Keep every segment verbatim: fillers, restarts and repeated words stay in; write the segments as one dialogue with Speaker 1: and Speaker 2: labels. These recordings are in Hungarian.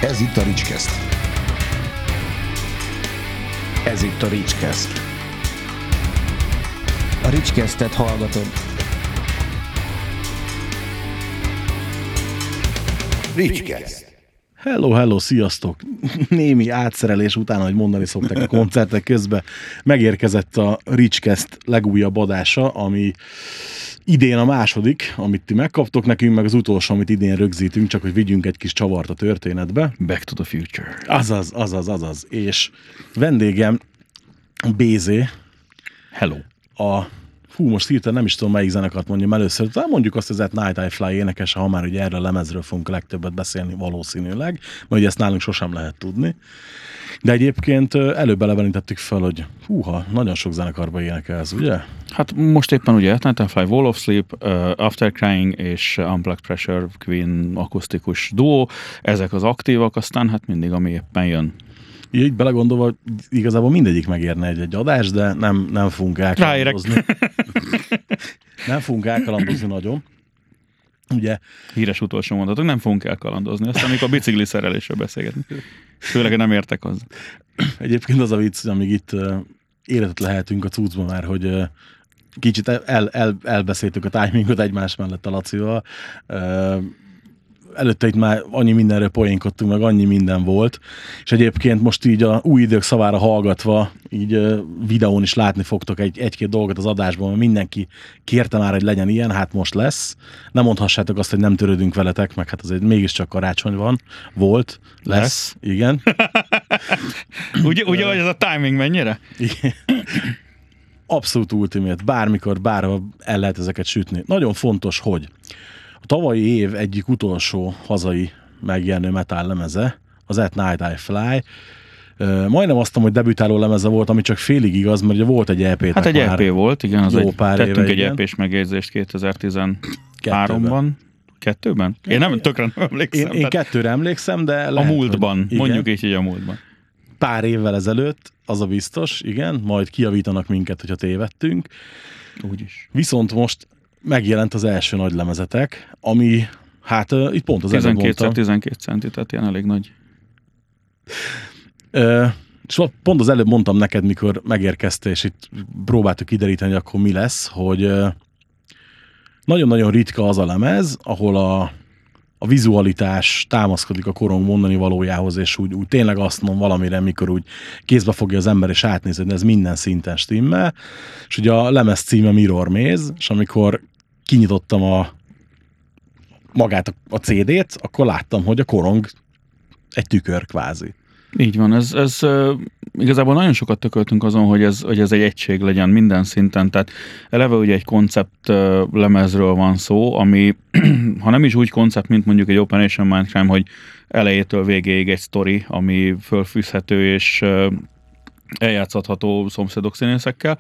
Speaker 1: Ez itt a Ricskeszt. Ez itt a Ricskeszt.
Speaker 2: A Ricskesztet hallgatod.
Speaker 1: Ricskeszt.
Speaker 3: Hello, hello, sziasztok! Némi átszerelés után, ahogy mondani szokták a koncertek közben, megérkezett a Ricskeszt legújabb adása, ami idén a második, amit ti megkaptok nekünk, meg az utolsó, amit idén rögzítünk, csak hogy vigyünk egy kis csavart a történetbe.
Speaker 2: Back to the future.
Speaker 3: Azaz, azaz, azaz. És vendégem bé zé.
Speaker 2: Hello.
Speaker 3: A Hú, most hirtelen nem is tudom, melyik zenekart mondjam először. Talán mondjuk azt, hogy ez Night I Fly énekese, ha már ugye erről a lemezről fogunk legtöbbet beszélni valószínűleg, mert ugye ezt nálunk sosem lehet tudni. De egyébként előbb elevenítettük fel, hogy húha, nagyon sok zenekarba énekelsz, ugye?
Speaker 2: Hát most éppen ugye Night I Fly, Wall of Sleep, uh, After Crying és Unplugged Pressure Queen akusztikus duó, ezek az aktívak, aztán hát mindig ami éppen jön.
Speaker 3: Így belegondolva, igazából mindegyik megérne egy-egy adás, de nem, nem fogunk elkalandozni. Nem fogunk elkalandozni nagyon. Ugye?
Speaker 2: Híres utolsó mondatok, nem fogunk elkalandozni. Aztán amikor a bicikli szerelésről beszélgetni. Főleg nem értek hozzá.
Speaker 3: Egyébként az a vicc, hogy amíg itt uh, életet lehetünk a cuccban már, hogy uh, kicsit el, el, elbeszéltük a timingot egymás mellett a Lacival. Uh, előtte itt már annyi mindenről poénkodtunk, meg annyi minden volt, és egyébként most így a új idők szavára hallgatva, így uh, videón is látni fogtok egy, egy-két dolgot az adásban, mert mindenki kérte már, hogy legyen ilyen, hát most lesz. Nem mondhassátok azt, hogy nem törődünk veletek, meg hát azért mégiscsak karácsony van, volt, lesz, lesz. Igen.
Speaker 2: ugye, ugye, hogy ez a timing mennyire?
Speaker 3: Igen. Abszolút ultimate, bármikor, bárhol el lehet ezeket sütni. Nagyon fontos, hogy a tavalyi év egyik utolsó hazai megjelenő metal lemeze, az At Night I Fly. Uh, majdnem azt mondom, hogy debütáló lemeze volt, ami csak félig igaz, mert ugye volt egy é pé-tek.
Speaker 2: Hát egy é pé volt, igen, az
Speaker 3: jó
Speaker 2: egy,
Speaker 3: pár
Speaker 2: tettünk
Speaker 3: éve,
Speaker 2: egy
Speaker 3: igen.
Speaker 2: é pés megjegyzést kétezer-tizenháromban. Kettőben? Én nem, tökre nem emlékszem.
Speaker 3: Én, én kettőre emlékszem, de lehet,
Speaker 2: a múltban,
Speaker 3: hogy,
Speaker 2: mondjuk így, hogy a múltban.
Speaker 3: Pár évvel ezelőtt, az a biztos, igen, majd kijavítanak minket, hogyha tévedtünk.
Speaker 2: Úgyis.
Speaker 3: Viszont most megjelent az első nagy lemezetek, ami, hát uh, itt pont az előbb mondtam.
Speaker 2: tizenkét tizenkét centi, tehát ilyen elég nagy.
Speaker 3: Uh, és pont az előbb mondtam neked, mikor megérkeztél, és itt próbáltuk kideríteni, hogy akkor mi lesz, hogy uh, nagyon-nagyon ritka az a lemez, ahol a, a vizualitás támaszkodik a korong mondani valójához, és úgy, úgy tényleg azt mondom valamire, mikor úgy kézbe fogja az ember, és átnézi, hogy ez minden szinten stimmel. És ugye a lemez címe Mirror Maze, és amikor kinyitottam a magát a, a cé dét, akkor láttam, hogy a korong egy tükör kvázi.
Speaker 2: Így van, ez, ez uh, igazából nagyon sokat tököltünk azon, hogy ez, hogy ez egy egység legyen minden szinten, tehát eleve ugye egy koncept uh, lemezről van szó, ami ha nem is úgy koncept, mint mondjuk egy Operation Mindcrime, hogy elejétől végéig egy sztori, ami fölfűzhető és uh, eljátszható szomszédok színészekkel,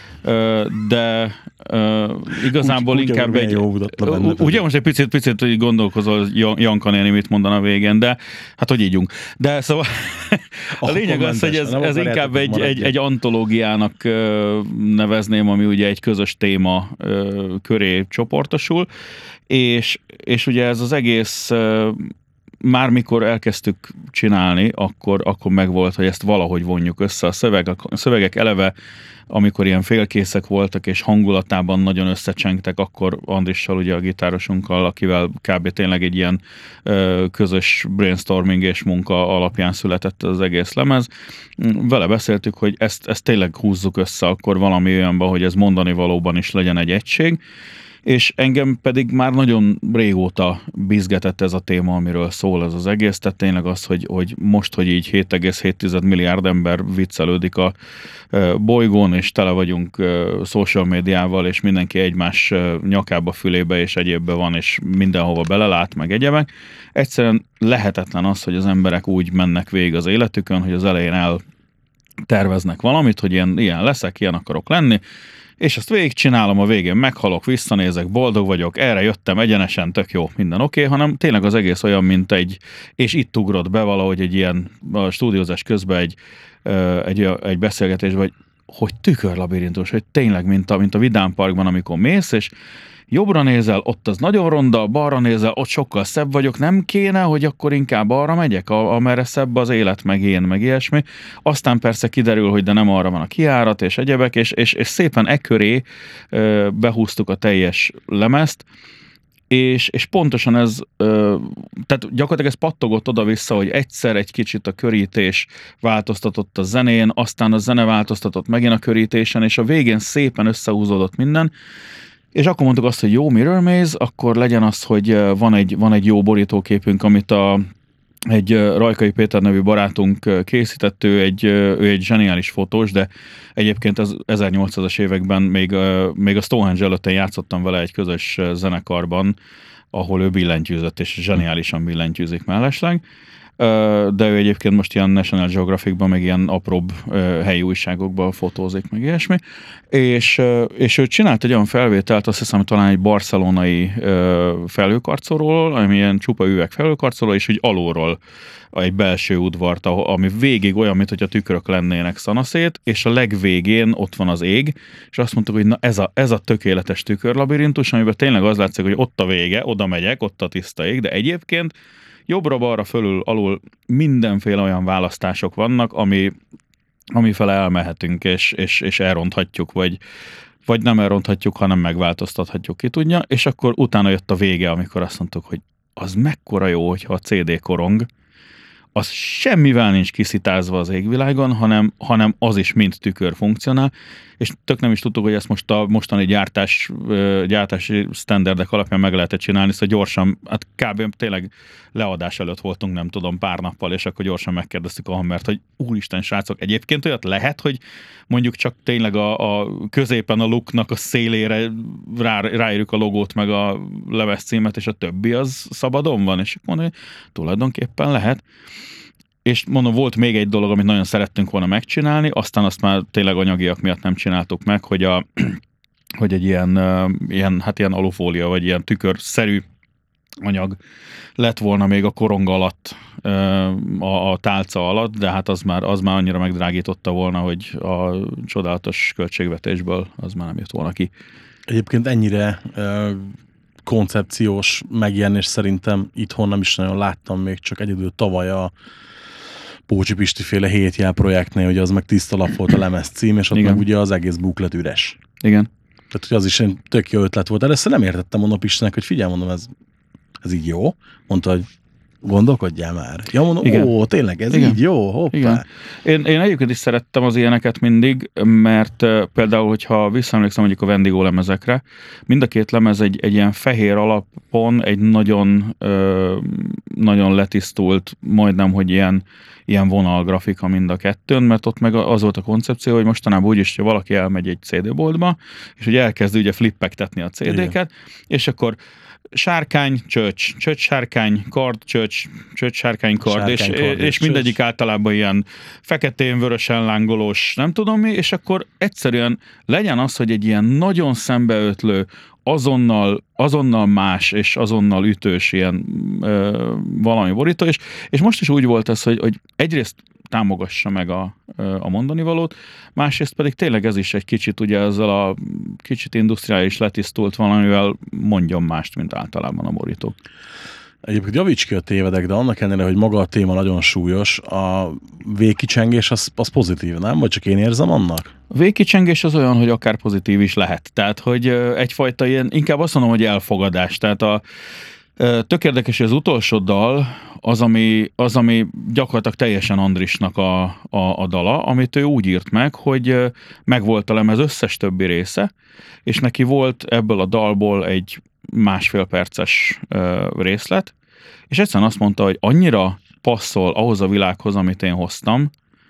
Speaker 2: de uh, igazából úgy, inkább egy... Ugye most egy picit, picit hogy gondolkozol, Janka néni mit mondan a végén, de hát hogy ígyunk. De szóval a lényeg az, hogy ez, ez inkább egy, egy, egy antológiának uh, nevezném, ami ugye egy közös téma uh, köré csoportosul, és, és ugye ez az egész... Uh, már mikor elkezdtük csinálni, akkor, akkor megvolt, hogy ezt valahogy vonjuk össze. A, szöveg, a szövegek eleve, amikor ilyen félkészek voltak, és hangulatában nagyon összecsengtek, akkor Andrissal, ugye a gitárosunkkal, akivel kb. Tényleg egy ilyen ö, közös brainstorming és munka alapján született az egész lemez. Vele beszéltük, hogy ezt, ezt tényleg húzzuk össze akkor valami olyanban, hogy ez mondani valóban is legyen egy egység. És engem pedig már nagyon régóta bizgetett ez a téma, amiről szól ez az egész, tehát tényleg az, hogy, hogy most, hogy így hét egész hét milliárd ember viccelődik a bolygón, és tele vagyunk social médiával, és mindenki egymás nyakába, fülébe és egyébbe van, és mindenhova belelát, meg egyebek. Egyszerűen lehetetlen az, hogy az emberek úgy mennek végig az életükön, hogy az elején elterveznek valamit, hogy ilyen, ilyen leszek, ilyen akarok lenni, és ezt végigcsinálom, a végén meghalok, visszanézek, boldog vagyok, erre jöttem egyenesen, tök jó, minden oké, okay, hanem tényleg az egész olyan, mint egy, és itt ugrott be valahogy egy ilyen a stúdiózás közben egy, egy, egy beszélgetés, vagy hogy tükörlabirintus, hogy tényleg, mint a, mint a Vidám Parkban, amikor mész, és jobbra nézel, ott az nagyon ronda, balra nézel, ott sokkal szebb vagyok, nem kéne, hogy akkor inkább arra megyek, amerre szebb az élet, meg én, meg ilyesmi. Aztán persze kiderül, hogy de nem arra van a kijárat, és egyebek, és, és, és szépen e köré ö, behúztuk a teljes lemezt, és, és pontosan ez, ö, tehát gyakorlatilag ez pattogott oda-vissza, hogy egyszer egy kicsit a körítés változtatott a zenén, aztán a zene változtatott megint a körítésen, és a végén szépen összehúzódott minden, és akkor mondtuk azt, hogy jó Mirror Maze, akkor legyen az, hogy van egy, van egy jó borítóképünk, amit a, egy Rajkai Péter nevű barátunk készített, ő egy, ő egy zseniális fotós, de egyébként az ezernyolcszázas években még, még a Stonehenge előtt játszottam vele egy közös zenekarban, ahol ő billentyűzött, és zseniálisan billentyűzik mellesleg. De ő egyébként most ilyen National Geographicban, meg ilyen apróbb helyi újságokban fotózik, meg ilyesmi. És, és ő csinált egy olyan felvételt, azt hiszem, talán egy barcelonai felhőkarcolóról, ami ilyen csupa üveg felhőkarcoló, és úgy alulról egy belső udvart, ami végig olyan, mintha tükrök lennének szanaszét, és a legvégén ott van az ég, és azt mondtuk, hogy na ez a, ez a tökéletes tükörlabirintus, amiben tényleg az látszik, hogy ott a vége, oda megyek, ott a tiszta ég, de egyébként jobbra-balra, fölül, alul mindenféle olyan választások vannak, ami, amifele elmehetünk, és, és, és elronthatjuk, vagy, vagy nem elronthatjuk, hanem megváltoztathatjuk, ki tudja, és akkor utána jött a vége, amikor azt mondtuk, hogy az mekkora jó, hogyha a cé dé korong, az semmivel nincs kiszitázva az égvilágon, hanem, hanem az is mind tükör funkcionál, és tök nem is tudtuk, hogy ezt most a mostani gyártás, gyártási sztenderdek alapján meg lehetett csinálni, szóval gyorsan, hát kb. Tényleg leadás előtt voltunk, nem tudom, pár nappal, és akkor gyorsan megkérdeztük a Hammert, hogy úristen srácok, egyébként olyat lehet, hogy mondjuk csak tényleg a, a középen a luknak a szélére rá, ráírjuk a logót, meg a lemezcímet, és a többi az szabadon van, és mondom, hogy tulajdonképpen lehet. És mondom, volt még egy dolog, amit nagyon szerettünk volna megcsinálni, aztán azt már tényleg anyagiak miatt nem csináltuk meg, hogy, a, hogy egy ilyen, ilyen, hát ilyen alufólia, vagy ilyen tükörszerű anyag lett volna még a korong alatt, a, a tálca alatt, de hát az már, az már annyira megdrágította volna, hogy a csodálatos költségvetésből az már nem jött volna ki.
Speaker 3: Egyébként ennyire koncepciós megjelenés szerintem itthon nem is nagyon láttam még, csak egyedül tavaly a Pócsi Pisti féle hétjel projektnél, hogy az meg tiszta lap volt a lemez cím, és ott
Speaker 2: igen.
Speaker 3: meg ugye az egész buklet üres.
Speaker 2: Igen.
Speaker 3: Tehát, hogy az is egy tök jó ötlet volt. Először nem értettem, mondom Pistinek, hogy figyelj, mondom, ez, ez így jó. Mondta, hogy gondolkodjál már. Ja, mondom, igen. Ó, tényleg, ez igen. Így jó, hoppá.
Speaker 2: Igen. Én, én egyébként is szerettem az ilyeneket mindig, mert uh, például, hogyha visszaemlékszem mondjuk a Wendigo lemezekre, mind a két lemez egy, egy ilyen fehér alapon, egy nagyon, uh, nagyon letisztult, majdnem, hogy ilyen, ilyen vonalgrafika mind a kettőn, mert ott meg az volt a koncepció, hogy mostanában úgyis, hogy valaki elmegy egy cé dé-boltba, és ugye elkezd ugye flippektetni a cé dé-ket, igen. És akkor sárkány, csöcs, csöcs, sárkány, kard, csöcs, csöcs, sárkány, kard, sárkány, és, kard és mindegyik csöcs. Általában ilyen feketén, vörösen lángolós, nem tudom mi, és akkor egyszerűen legyen az, hogy egy ilyen nagyon szembeötlő, azonnal, azonnal más és azonnal ütős ilyen ö, valami borító, és, és most is úgy volt ez, hogy, hogy egyrészt támogassa meg a, a mondani valót, másrészt pedig tényleg ez is egy kicsit ugye ezzel a kicsit industriális letisztult valamivel mondjon mást, mint általában a borítók.
Speaker 3: Egyébként javíts ki a tévedek, de annak ellenére, hogy maga a téma nagyon súlyos, a végkicsengés az, az pozitív, nem? Vagy csak én érzem annak?
Speaker 2: A végkicsengés az olyan, hogy akár pozitív is lehet. Tehát, hogy egyfajta ilyen, inkább azt mondom, hogy elfogadás. Tehát a tök érdekes, hogy az utolsó dal az, ami, az, ami gyakorlatilag teljesen Andrisnak a, a, a dala, amit ő úgy írt meg, hogy megvolt a lemez összes többi része, és neki volt ebből a dalból egy másfél perces uh, részlet, és egyszerűen azt mondta, hogy annyira passzol ahhoz a világhoz, amit én hoztam,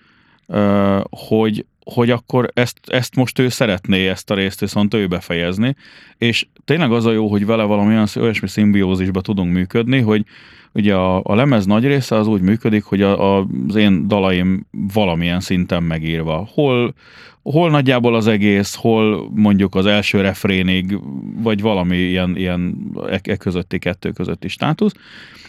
Speaker 2: uh, hogy, hogy akkor ezt, ezt most ő szeretné, ezt a részt viszont ő befejezni, és tényleg az a jó, hogy vele valamilyen olyasmi szimbiózisba tudunk működni, hogy ugye a, a lemez nagy része az úgy működik, hogy a, a, az én dalaim valamilyen szinten megírva. Hol, hol nagyjából az egész, hol mondjuk az első refrénig, vagy valami ilyen, ilyen e, e közötti, kettő közötti státusz.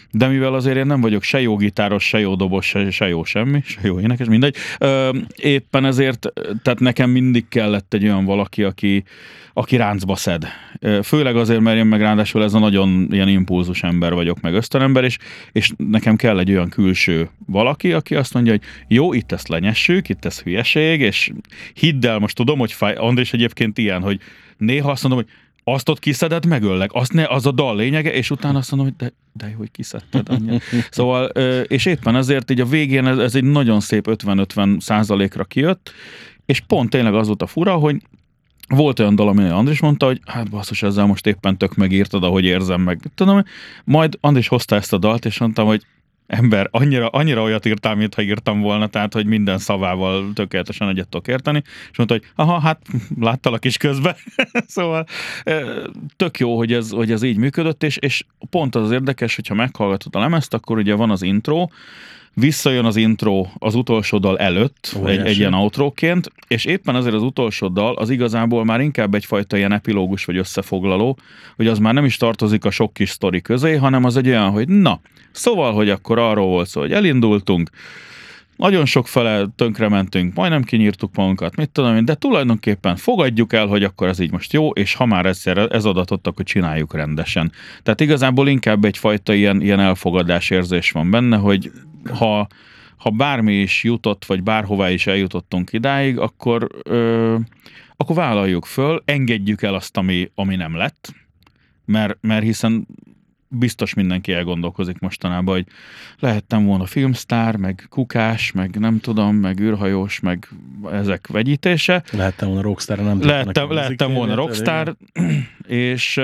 Speaker 2: de mivel azért én nem vagyok se jó gitáros, se jó dobos, se, se jó semmi, se jó énekes, mindegy, ö, éppen ezért, tehát nekem mindig kellett egy olyan valaki, aki, aki ráncba szed. Főleg azért, mert én meg ráadásul ez a nagyon ilyen impulzus ember vagyok, meg ösztönember, és, és nekem kell egy olyan külső valaki, aki azt mondja, hogy jó, itt ezt lenyessük, itt ez hülyeség, és hidd el, most tudom, hogy fáj, Andrés egyébként ilyen, hogy néha azt mondom, hogy azt ott kiszeded, megöllek, azt ne, az a dal lényege, és utána azt mondom, hogy de, de jó, hogy kiszedted. Annyi. Szóval, és éppen ezért így a végén ez, ez egy nagyon szép ötven-ötven százalékra kijött, és pont tényleg az volt a fura, hogy volt olyan dal, amire Andris mondta, hogy hát basszus, ezzel most éppen tök megírtad, ahogy érzem meg. Tudom, majd Andris hozta ezt a dalt, és mondtam, hogy ember, annyira, annyira olyat írtál, mintha írtam volna, tehát, hogy minden szavával tökéletesen egyet tudok érteni, és mondta, hogy aha, hát láttalak is közben. Szóval tök jó, hogy ez, hogy ez így működött, és, és pont az érdekes, hogyha meghallgatod a lemezt, akkor ugye van az intro, visszajön az intro az utolsó dal előtt, egy, egy ilyen outroként, és éppen azért az utolsó dal az igazából már inkább egyfajta ilyen epilógus vagy összefoglaló, hogy az már nem is tartozik a sok kis sztori közé, hanem az egy olyan, hogy na, szóval, hogy akkor arról volt szó, hogy elindultunk, nagyon sok fele tönkrementünk, majdnem kinyírtuk magunkat, mit tudom én, de tulajdonképpen fogadjuk el, hogy akkor ez így most jó, és ha már egyszer ez adatott, akkor csináljuk rendesen. Tehát igazából inkább egyfajta ilyen, ilyen elfogadás érzés van benne, hogy ha, ha bármi is jutott, vagy bárhová is eljutottunk idáig, akkor, ö, akkor vállaljuk föl, engedjük el azt, ami, ami nem lett, mert, mert hiszen biztos mindenki elgondolkozik mostanában, hogy lehettem volna filmsztár, meg kukás, meg nem tudom, meg űrhajós, meg ezek vegyítése.
Speaker 3: Lehettem volna rockstar, nem
Speaker 2: Lehettem, lehettem volna rockstar, és,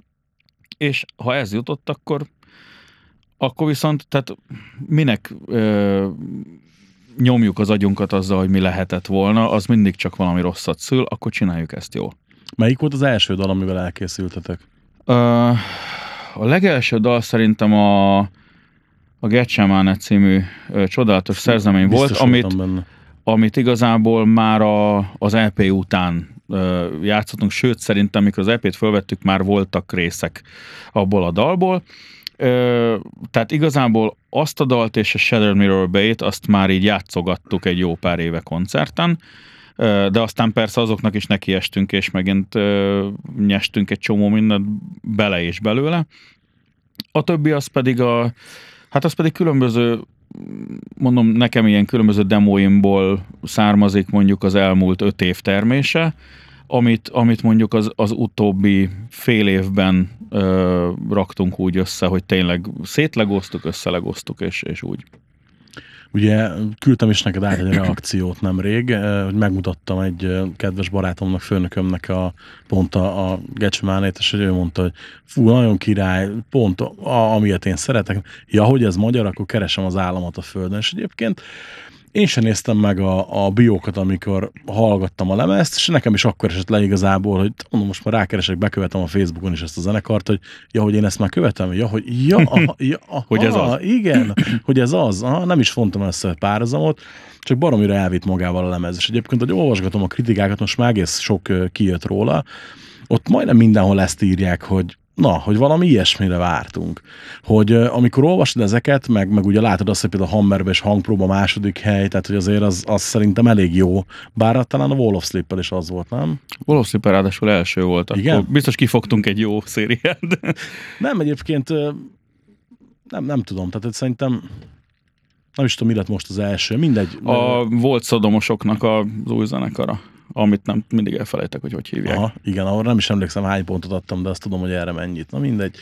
Speaker 2: és ha ez jutott, akkor akkor viszont, tehát minek ö, nyomjuk az agyunkat azzal, hogy mi lehetett volna, az mindig csak valami rosszat szül, akkor csináljuk ezt jól.
Speaker 3: Melyik volt az első dal, amivel elkészültetek?
Speaker 2: Ö, a legelső dal szerintem a, a Getsemane című ö, csodálatos szerzemény volt, amit, amit igazából már a, az é pé után ö, játszottunk, sőt szerintem, amikor az é pét fölvettük, már voltak részek abból a dalból. Ö, tehát igazából azt a dalt és a Shattered Mirror Bay-t azt már így játszogattuk egy jó pár éve koncerten, ö, de aztán persze azoknak is nekiestünk, és megint ö, nyestünk egy csomó mindent bele és belőle. A többi az pedig a, hát az pedig különböző, mondom, nekem ilyen különböző demóimból származik mondjuk az elmúlt öt év termése, Amit, amit mondjuk az, az utóbbi fél évben ö, raktunk úgy össze, hogy tényleg szétlegoztuk, összelegoztuk, és, és úgy.
Speaker 3: Ugye küldtem is neked át egy reakciót nemrég, hogy megmutattam egy kedves barátomnak, főnökömnek a, pont a, a Getsemane-t, és ő mondta, hogy fú, nagyon király, pont a, amilyet én szeretek. Ja, hogy ez magyar, akkor keresem az államat a földön. És egyébként én sem néztem meg a, a biókat, amikor hallgattam a lemezt, és nekem is akkor esett le igazából, hogy mondom, most már rákeresek, bekövetem a Facebookon is ezt a zenekart, hogy ja, hogy én ezt már követem, ja, hogy ja, aha, ja aha,
Speaker 2: hogy ez az.
Speaker 3: Igen, hogy ez az, aha, nem is fontam ezt a párhuzamot, csak baromira elvitt magával a lemez. És egyébként, hogy olvasgatom a kritikákat, most már egész sok kijött róla, ott majdnem mindenhol ezt írják, hogy na, hogy valami ilyesmire vártunk. Hogy uh, amikor olvasod ezeket, meg, meg ugye látod azt, hogy például a Hammerbe és hangpróba második hely, tehát hogy azért az, az szerintem elég jó. Bár talán a Wall of Sleep-el is az volt, nem?
Speaker 2: Wall of Sleep ráadásul első volt.
Speaker 3: Igen?
Speaker 2: Akkor biztos kifogtunk egy jó szériát.
Speaker 3: Nem, egyébként uh, nem, nem tudom, tehát szerintem nem is tudom, mi lett most az első, mindegy.
Speaker 2: A volt szodomosoknak az új zenekara, amit nem mindig elfelejtek, hogy hogy hívják.
Speaker 3: Aha, igen, ahol nem is emlékszem, hány pontot adtam, de azt tudom, hogy erre mennyit. Na mindegy.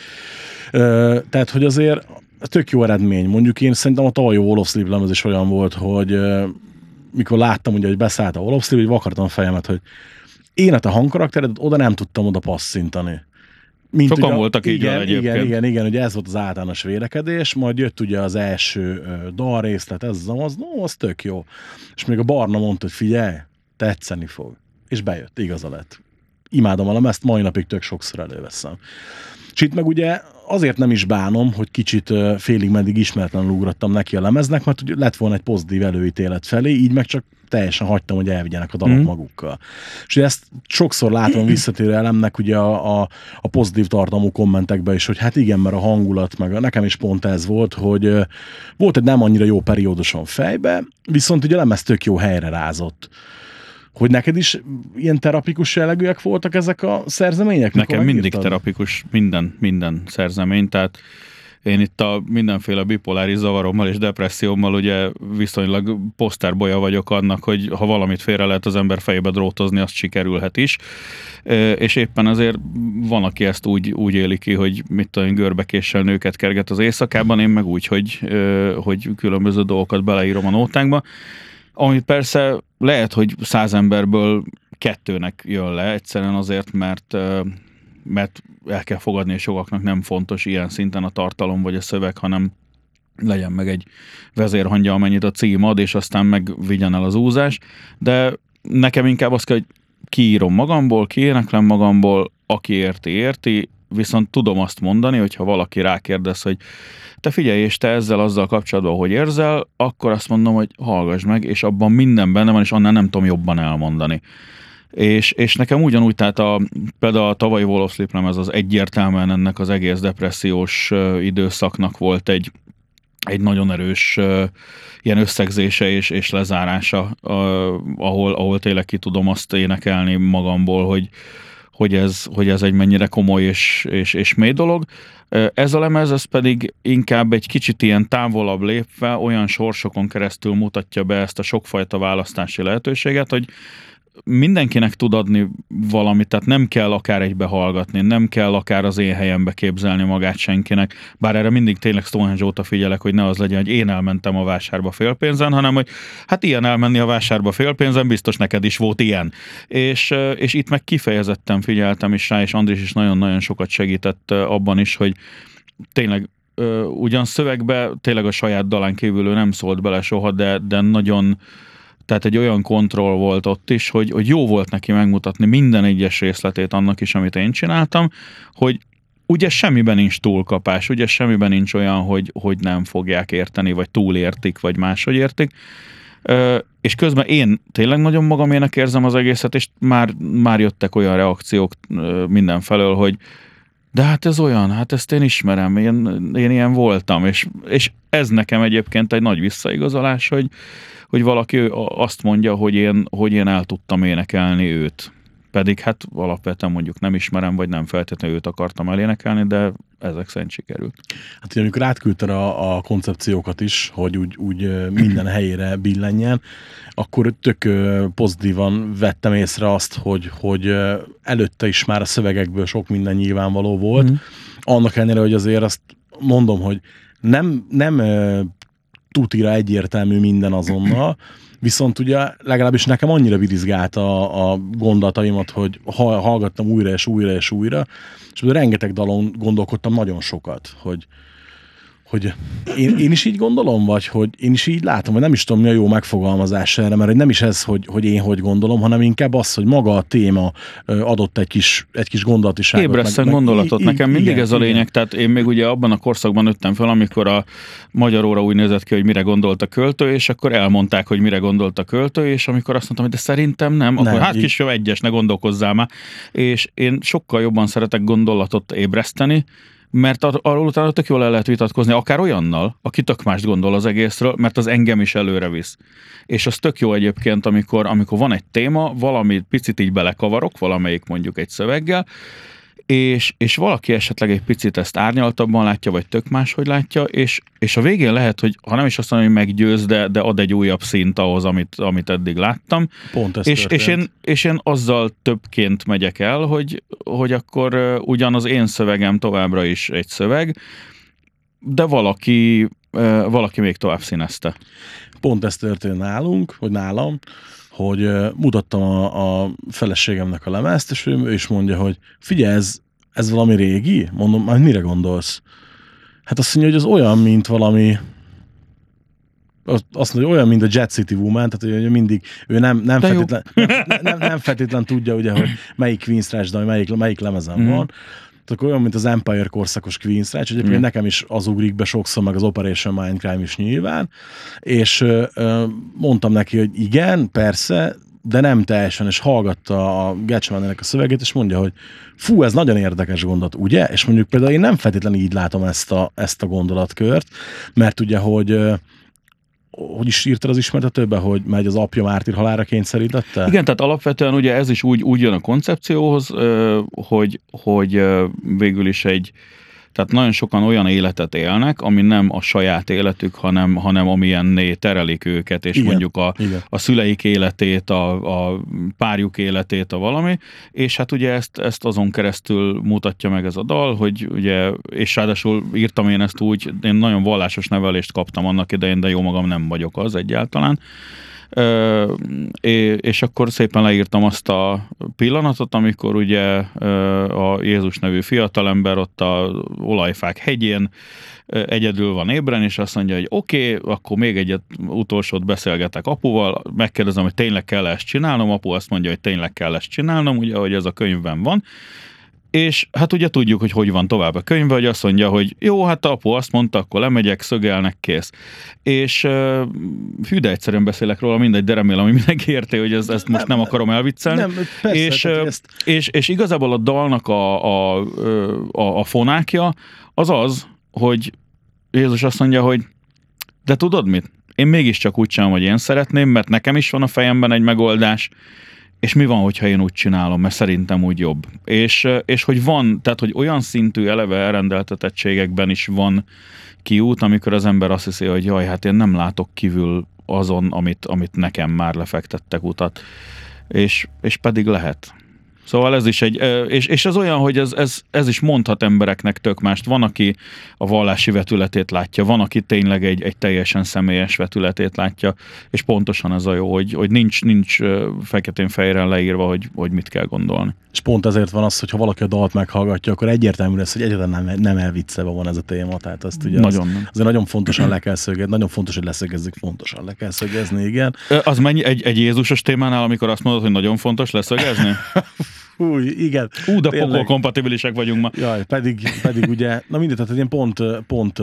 Speaker 3: Ö, tehát, hogy azért tök jó eredmény. Mondjuk én szerintem a tavalyi Wall of Sleep lemez is olyan volt, hogy ö, mikor láttam, ugye, hogy beszállt a Wall of Sleep, hogy vakartam a fejemet, hogy én a te hangkaraktered, oda nem tudtam oda passzintani. Mint
Speaker 2: Sokan
Speaker 3: ugye,
Speaker 2: voltak így
Speaker 3: igen,
Speaker 2: egyébként.
Speaker 3: igen, igen, igen, ugye ez volt az általános vélekedés, majd jött ugye az első dalrészlet, ez az, az, no, az tök jó. És még a Barna mondta, hogy figyelj, tetszeni fog. És bejött, igaza lett. Imádom a lemezt, mai napig tök sokszor előveszem. És itt meg ugye azért nem is bánom, hogy kicsit félig meddig ismeretlenül ugrottam neki a lemeznek, mert ugye lett volna egy pozitív előítélet felé, így meg csak teljesen hagytam, hogy elvigyenek a dalok mm. magukkal. És ezt sokszor látom visszatérő elemnek ugye a, a, a pozitív tartalmú kommentekben is, hogy hát igen, mert a hangulat, meg nekem is pont ez volt, hogy volt egy nem annyira jó perióduson fejbe, viszont ugye a lemez tök jó helyre rázott. Hogy neked is ilyen terapikus jellegűek voltak ezek a szerzemények?
Speaker 2: Nekem mindig terapikus minden, minden szerzemény, tehát én itt a mindenféle bipoláris zavarommal és depressziómmal ugye viszonylag poszterbolya vagyok annak, hogy ha valamit félre lehet az ember fejébe drótozni, azt sikerülhet is. És éppen azért van, aki ezt úgy, úgy éli ki, hogy mit tudom, görbekéssel nőket kerget az éjszakában, én meg úgy, hogy, hogy különböző dolgokat beleírom a nótákba. Amit persze lehet, hogy száz emberből kettőnek jön le, egyszerűen azért, mert, mert el kell fogadni, és sokaknak nem fontos ilyen szinten a tartalom vagy a szöveg, hanem legyen meg egy vezérhangja, amennyit a cím ad, és aztán meg vigyen el az úzás. De nekem inkább azt kell, hogy kiírom magamból, kiéneklem magamból, aki érti, érti, viszont tudom azt mondani, hogyha valaki rákérdez, hogy te figyelj, és te ezzel azzal kapcsolatban, hogy érzel, akkor azt mondom, hogy hallgass meg, és abban minden benne van, és annál nem tudom jobban elmondani. És, és nekem ugyanúgy, tehát a, például a tavalyi Wall of Sleep lemez az egyértelműen ennek az egész depressziós időszaknak volt egy, egy nagyon erős ilyen összegzése és, és lezárása, ahol, ahol tényleg ki tudom azt énekelni magamból, hogy, hogy, ez, hogy ez egy mennyire komoly és, és, és mély dolog. Ez a lemez, ez pedig inkább egy kicsit ilyen távolabb lépve olyan sorsokon keresztül mutatja be ezt a sokfajta választási lehetőséget, hogy mindenkinek tud adni valamit, tehát nem kell akár egybe hallgatni, nem kell akár az én helyembe képzelni magát senkinek, bár erre mindig tényleg Stonehenge óta figyelek, hogy ne az legyen, hogy én elmentem a vásárba félpénzen, hanem hogy hát ilyen elmenni a vásárba félpénzen, biztos neked is volt ilyen. És, és itt meg kifejezetten figyeltem is rá, és Andris is nagyon-nagyon sokat segített abban is, hogy tényleg ugyan szövegbe tényleg a saját dalán kívül ő nem szólt bele soha, de, de nagyon. Tehát egy olyan kontroll volt ott is, hogy, hogy jó volt neki megmutatni minden egyes részletét annak is, amit én csináltam, hogy ugye semmiben nincs túlkapás, ugye semmiben nincs olyan, hogy, hogy nem fogják érteni, vagy túlértik, vagy máshogy értik. És közben én tényleg nagyon magamének érzem az egészet, és már, már jöttek olyan reakciók mindenfelől, hogy de hát ez olyan, hát ezt én ismerem, én, én ilyen voltam, és, és ez nekem egyébként egy nagy visszaigazolás, hogy, hogy valaki azt mondja, hogy én, hogy én el tudtam énekelni őt. Pedig hát alapvetően mondjuk nem ismerem, vagy nem feltétlenül őt akartam elénekelni, de ezek szerint sikerült.
Speaker 3: Hát ugye, amikor átküldted a, a koncepciókat is, hogy úgy, úgy minden helyére billenjen, akkor tök pozitívan vettem észre azt, hogy, hogy előtte is már a szövegekből sok minden nyilvánvaló volt. Mm. Annak ellenére, hogy azért azt mondom, hogy nem, nem tutira egyértelmű minden azonnal, viszont ugye legalábbis nekem annyira virizgált a, a gondolataimat, hogy hallgattam újra és újra és újra, és rengeteg dalon gondolkodtam nagyon sokat, hogy, hogy én, én is így gondolom, vagy hogy én is így látom, vagy nem is tudom, mi a jó megfogalmazás erre, mert nem is ez, hogy, hogy én hogy gondolom, hanem inkább az, hogy maga a téma adott egy kis, egy kis gondolatiságot.
Speaker 2: Ébresztett gondolatot. Meg, Nekem mindig igen, ez a lényeg, igen. Tehát én még ugye abban a korszakban nőttem fel, amikor a magyar óra úgy nézett ki, hogy mire gondolt a költő, és akkor elmondták, hogy mire gondolt a költő, és amikor azt mondtam, hogy de szerintem nem, akkor nem, hát kis jó egyes, ne gondolkozzál már. És én sokkal jobban szeretek gondolatot ébreszteni, mert ar- arról utána tök jól el lehet vitatkozni, akár olyannal, aki tök mást gondol az egészről, mert az engem is előre visz. És az tök jó egyébként, amikor, amikor van egy téma, valami picit így belekavarok, valamelyik mondjuk egy szöveggel, és, és valaki esetleg egy picit ezt árnyaltabban látja, vagy tök máshogy látja, és, és a végén lehet, hogy ha nem is azt mondom, hogy meggyőz, de, de ad egy újabb szint ahhoz, amit, amit eddig láttam.
Speaker 3: Pont ez
Speaker 2: és, és, én, és én azzal többként megyek el, hogy, hogy akkor uh, ugyan az én szövegem továbbra is egy szöveg, de valaki, uh, valaki még tovább színezte.
Speaker 3: Pont ez történt nálunk, vagy nálam, hogy mutattam a, a feleségemnek a lemezt, és ő is mondja, hogy figyelj, ez, ez valami régi? Mondom, majd mire gondolsz? Hát azt mondja, hogy az olyan, mint valami, azt mondja, hogy olyan, mint a Jet City Woman, tehát hogy mindig, ő nem, nem, feltétlen, nem, nem, nem feltétlen tudja, ugye, hogy melyik Queen's Trash, de melyik, melyik lemezen mm. van. akkor olyan, mint az Empire korszakos Queen's Rage, egyébként mm. nekem is az ugrik be sokszor, meg az Operation Mindcrime is nyilván, és ö, ö, mondtam neki, hogy igen, persze, de nem teljesen, és hallgatta a Gatchman-nek a szövegét, és mondja, hogy fú, ez nagyon érdekes gondolat, ugye? És mondjuk például én nem feltétlenül így látom ezt a, ezt a gondolatkört, mert ugye, hogy hogy is írtad az ismertetőbe, hogy megy az apja mártír halálra kényszerítette?
Speaker 2: Igen, tehát alapvetően ugye ez is úgy, úgy jön a koncepcióhoz, hogy, hogy végül is egy, tehát nagyon sokan olyan életet élnek, ami nem a saját életük, hanem, hanem amilyenné terelik őket, és igen, mondjuk a, a szüleik életét, a, a párjuk életét, a valami, és hát ugye ezt, ezt azon keresztül mutatja meg ez a dal, hogy ugye, és ráadásul írtam én ezt úgy, én nagyon vallásos nevelést kaptam annak idején, de jó magam nem vagyok az egyáltalán. Ö, és akkor szépen leírtam azt a pillanatot, amikor ugye a Jézus nevű fiatalember ott a olajfák hegyén egyedül van ébren, és azt mondja, hogy oké, okay, akkor még egyet utolsót beszélgetek apuval, megkérdezem, hogy tényleg kell ezt csinálnom, apu azt mondja, hogy tényleg kell ezt csinálnom, ugye, hogy ez a könyvben van. És hát ugye tudjuk, hogy hogy van tovább a könyvben, hogy azt mondja, hogy jó, hát apu azt mondta, akkor lemegyek, szögelnek, kész. És uh, hű, de egyszerűen beszélek róla, mindegy, de remélem, hogy mindenki érti, hogy ez, ezt most nem, nem akarom elviccelni.
Speaker 3: Nem, persze,
Speaker 2: és,
Speaker 3: ezt...
Speaker 2: és, és igazából a dalnak a, a, a, a fonákja az az, hogy Jézus azt mondja, hogy de tudod mit? Én mégiscsak úgy csinálom, hogy én szeretném, mert nekem is van a fejemben egy megoldás, és mi van, hogyha én úgy csinálom, mert szerintem úgy jobb. És, és hogy van, tehát hogy olyan szintű eleve elrendeltetettségekben is van kiút, amikor az ember azt hiszi, hogy jaj, hát én nem látok kívül azon, amit, amit nekem már lefektettek utat. És, és pedig lehet. Szóval ez is egy, és, és ez olyan, hogy ez, ez, ez is mondhat embereknek tök mást. Van, aki a vallási vetületét látja, van, aki tényleg egy, egy teljesen személyes vetületét látja, és pontosan ez a jó, hogy, hogy nincs, nincs feketén-fehéren leírva, hogy, hogy mit kell gondolni.
Speaker 3: És pont ezért van az, hogy ha valaki a dalt meghallgatja, akkor egyértelmű lesz, hogy egyáltalán nem, nem elviccelve van ez a téma. Tehát azt ugye
Speaker 2: nagyon
Speaker 3: az,
Speaker 2: nem.
Speaker 3: Azért nagyon fontosan le kell szögezni, nagyon fontos, hogy leszögezzük, fontosan le kell szögezni, igen.
Speaker 2: Az mennyi egy, egy Jézusos témánál, amikor azt mondod, hogy nagyon fontos leszögezni?
Speaker 3: Hú, igen.
Speaker 2: Ú, de pokol kompatibilisek vagyunk ma.
Speaker 3: Jaj, pedig, pedig ugye, na mindegy, tehát én pont, pont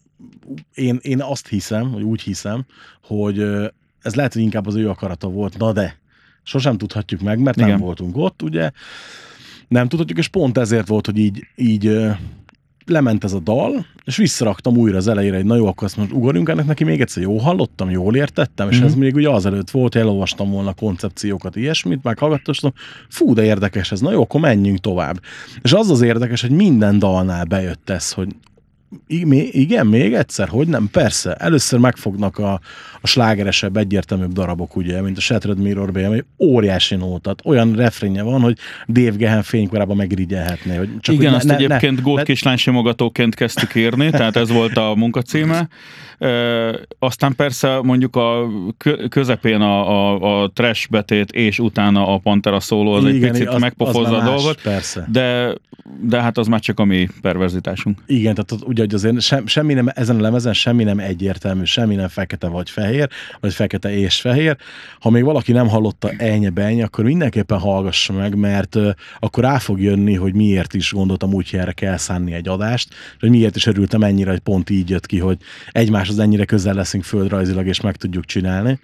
Speaker 3: én, én azt hiszem, vagy úgy hiszem, hogy ez lehet, hogy inkább az ő akarata volt, na de sosem tudhatjuk meg, mert nem igen. voltunk ott, ugye. Nem tudhatjuk, és pont ezért volt, hogy így, így lement ez a dal, és visszaraktam újra az elejére, hogy na jó, akkor azt most ugorjunk ennek neki még egyszer, jó hallottam, jól értettem, és mm-hmm. ez még ugye azelőtt volt, elolvastam volna koncepciókat, ilyesmit, meghallgattam, fú, de érdekes ez, na jó, akkor menjünk tovább. És az az érdekes, hogy minden dalnál bejött ez, hogy igen, még egyszer, hogy nem? Persze. Először megfognak a, a slágeresebb, egyértelműbb darabok, ugye, mint a Shattered Mirror bé, ami óriási nótat. Olyan refrénje van, hogy Dave Gahan fénykorában megrigyelhetné. Hogy csak
Speaker 2: igen,
Speaker 3: ne,
Speaker 2: azt
Speaker 3: ne,
Speaker 2: egyébként
Speaker 3: ne,
Speaker 2: Gót
Speaker 3: ne,
Speaker 2: kislány simogatóként kezdtük írni, tehát ez volt a munkacíme. E, aztán persze mondjuk a közepén a, a, a trash betét és utána a Pantera szóló az igen, egy picit az, megpofozza az a dolgot,
Speaker 3: persze.
Speaker 2: De, de hát az már csak a mi perverzitásunk.
Speaker 3: Igen, tehát ugye hogy azért sem, semmi nem, ezen a lemezen semmi nem egyértelmű, semmi nem fekete vagy fehér, vagy fekete és fehér. Ha még valaki nem hallotta ennyi-benyi, akkor mindenképpen hallgassa meg, mert uh, akkor rá fog jönni, hogy miért is gondoltam úgy, hogy erre kell szánni egy adást, hogy miért is örültem ennyire, hogy pont így jött ki, hogy egymáshoz ennyire közel leszünk földrajzilag, és meg tudjuk csinálni.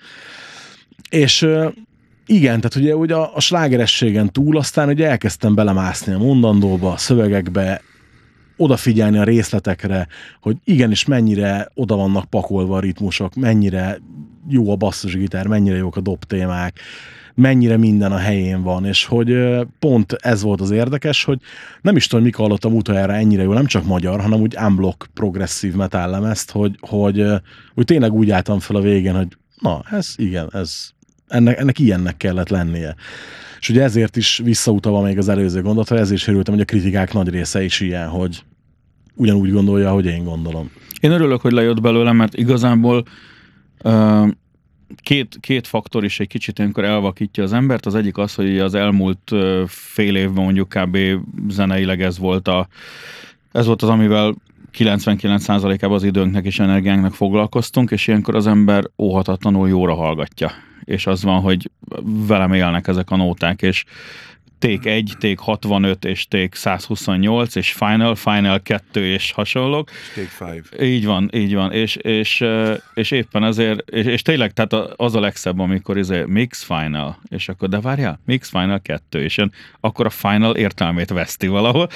Speaker 3: És uh, igen, tehát ugye, ugye a, a slágerességen túl aztán ugye elkezdtem belemászni a mondandóba, a szövegekbe, odafigyelni a részletekre, hogy igenis mennyire oda vannak pakolva a ritmusok, mennyire jó a basszusgitár, mennyire jók a dobtémák, mennyire minden a helyén van, és hogy pont ez volt az érdekes, hogy nem is tudom, mikor hallottam utoljára ennyire jó, nem csak magyar, hanem úgy unblock progresszív metal lemezt, hogy, hogy, hogy tényleg úgy álltam fel a végén, hogy na, ez igen, ez ennek, ennek ilyennek kellett lennie. És ugye ezért is visszautalva még az előző gondolatot, ezért is örültem, hogy a kritikák nagy része is ilyen, hogy ugyanúgy gondolja, ahogy én gondolom.
Speaker 2: Én örülök, hogy lejött belőle, mert igazából uh, két, két faktor is egy kicsit ilyenkor elvakítja az embert. Az egyik az, hogy az elmúlt uh, fél évben mondjuk kb. Zeneileg ez volt, a, ez volt az, amivel kilencvenkilenc százalékában az időnknek és energiánknak foglalkoztunk, és ilyenkor az ember óhatatlanul jóra hallgatja. És az van, hogy velem élnek ezek a nóták, és Take egy, Take hatvanöt és Take százhuszonnyolc, és Final, Final kettő és hasonlók.
Speaker 1: Take five.
Speaker 2: Így van, így van, és, és, és éppen ezért, és, és tényleg, tehát az a legszebb, amikor izé Mix Final, és akkor, de várjál, Mix Final kettő, és jön, akkor a Final értelmét veszti valahol.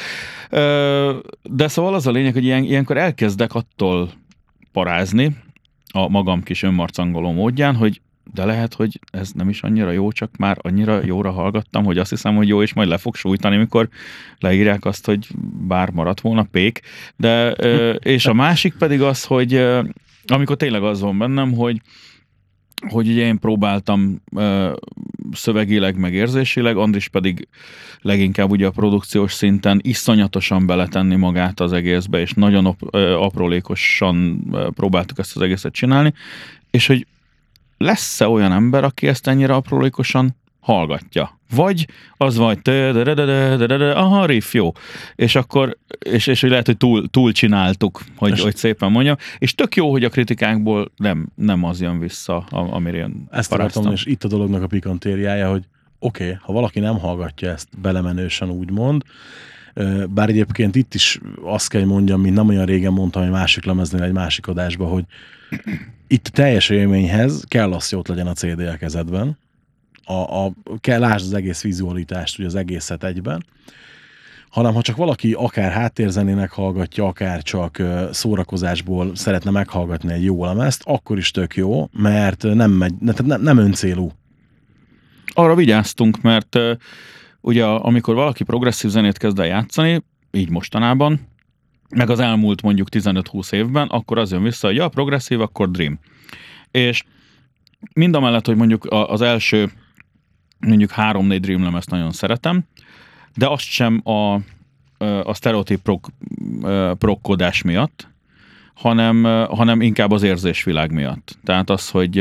Speaker 2: De szóval az a lényeg, hogy ilyen, ilyenkor elkezdek attól parázni, a magam kis önmarcangoló módján, hogy de lehet, hogy ez nem is annyira jó, csak már annyira jóra hallgattam, hogy azt hiszem, hogy jó, és majd le fog sújtani, mikor leírják azt, hogy bár maradt volna pék. De, és a másik pedig az, hogy amikor tényleg az van bennem, hogy hogy ugye én próbáltam szövegileg, meg érzésileg, Andris pedig leginkább ugye a produkciós szinten iszonyatosan beletenni magát az egészbe, és nagyon aprólékosan próbáltuk ezt az egészet csinálni, és hogy lesz-e olyan ember, aki ezt ennyire aprólékosan hallgatja? Vagy az vagy, aha, riff, jó. És akkor, és, és hogy lehet, hogy túl, túl csináltuk, hogy, hogy szépen mondjam. És tök jó, hogy a kritikákból nem, nem az jön vissza, amire én
Speaker 3: ezt akartam, és itt a dolognak a pikantériája, hogy oké, okay, ha valaki nem hallgatja ezt belemenősen úgymond, bár egyébként itt is azt kell, hogy mondjam, mint nem olyan régen mondtam egy másik lemeznél, egy másik adásban, hogy itt a teljes élményhez kell az, hogy ott legyen a cé dé a kezedben, a, a, kell lásd az egész vizualitást, ugye az egészet egyben, hanem ha csak valaki akár háttérzenének hallgatja, akár csak szórakozásból szeretne meghallgatni egy jó lemezt, akkor is tök jó, mert nem, megy, nem, nem öncélú.
Speaker 2: Arra vigyáztunk, mert uh, ugye amikor valaki progresszív zenét kezd el játszani, így mostanában, meg az elmúlt mondjuk tizenöt-húsz évben, akkor az jön vissza, hogy ja, progresszív, akkor Dream. És mind a mellett, hogy mondjuk az első mondjuk három-négy Dream lemezt nagyon szeretem, de azt sem a, a sztereotíp prog, progkodás miatt, hanem, hanem inkább az érzésvilág miatt. Tehát az, hogy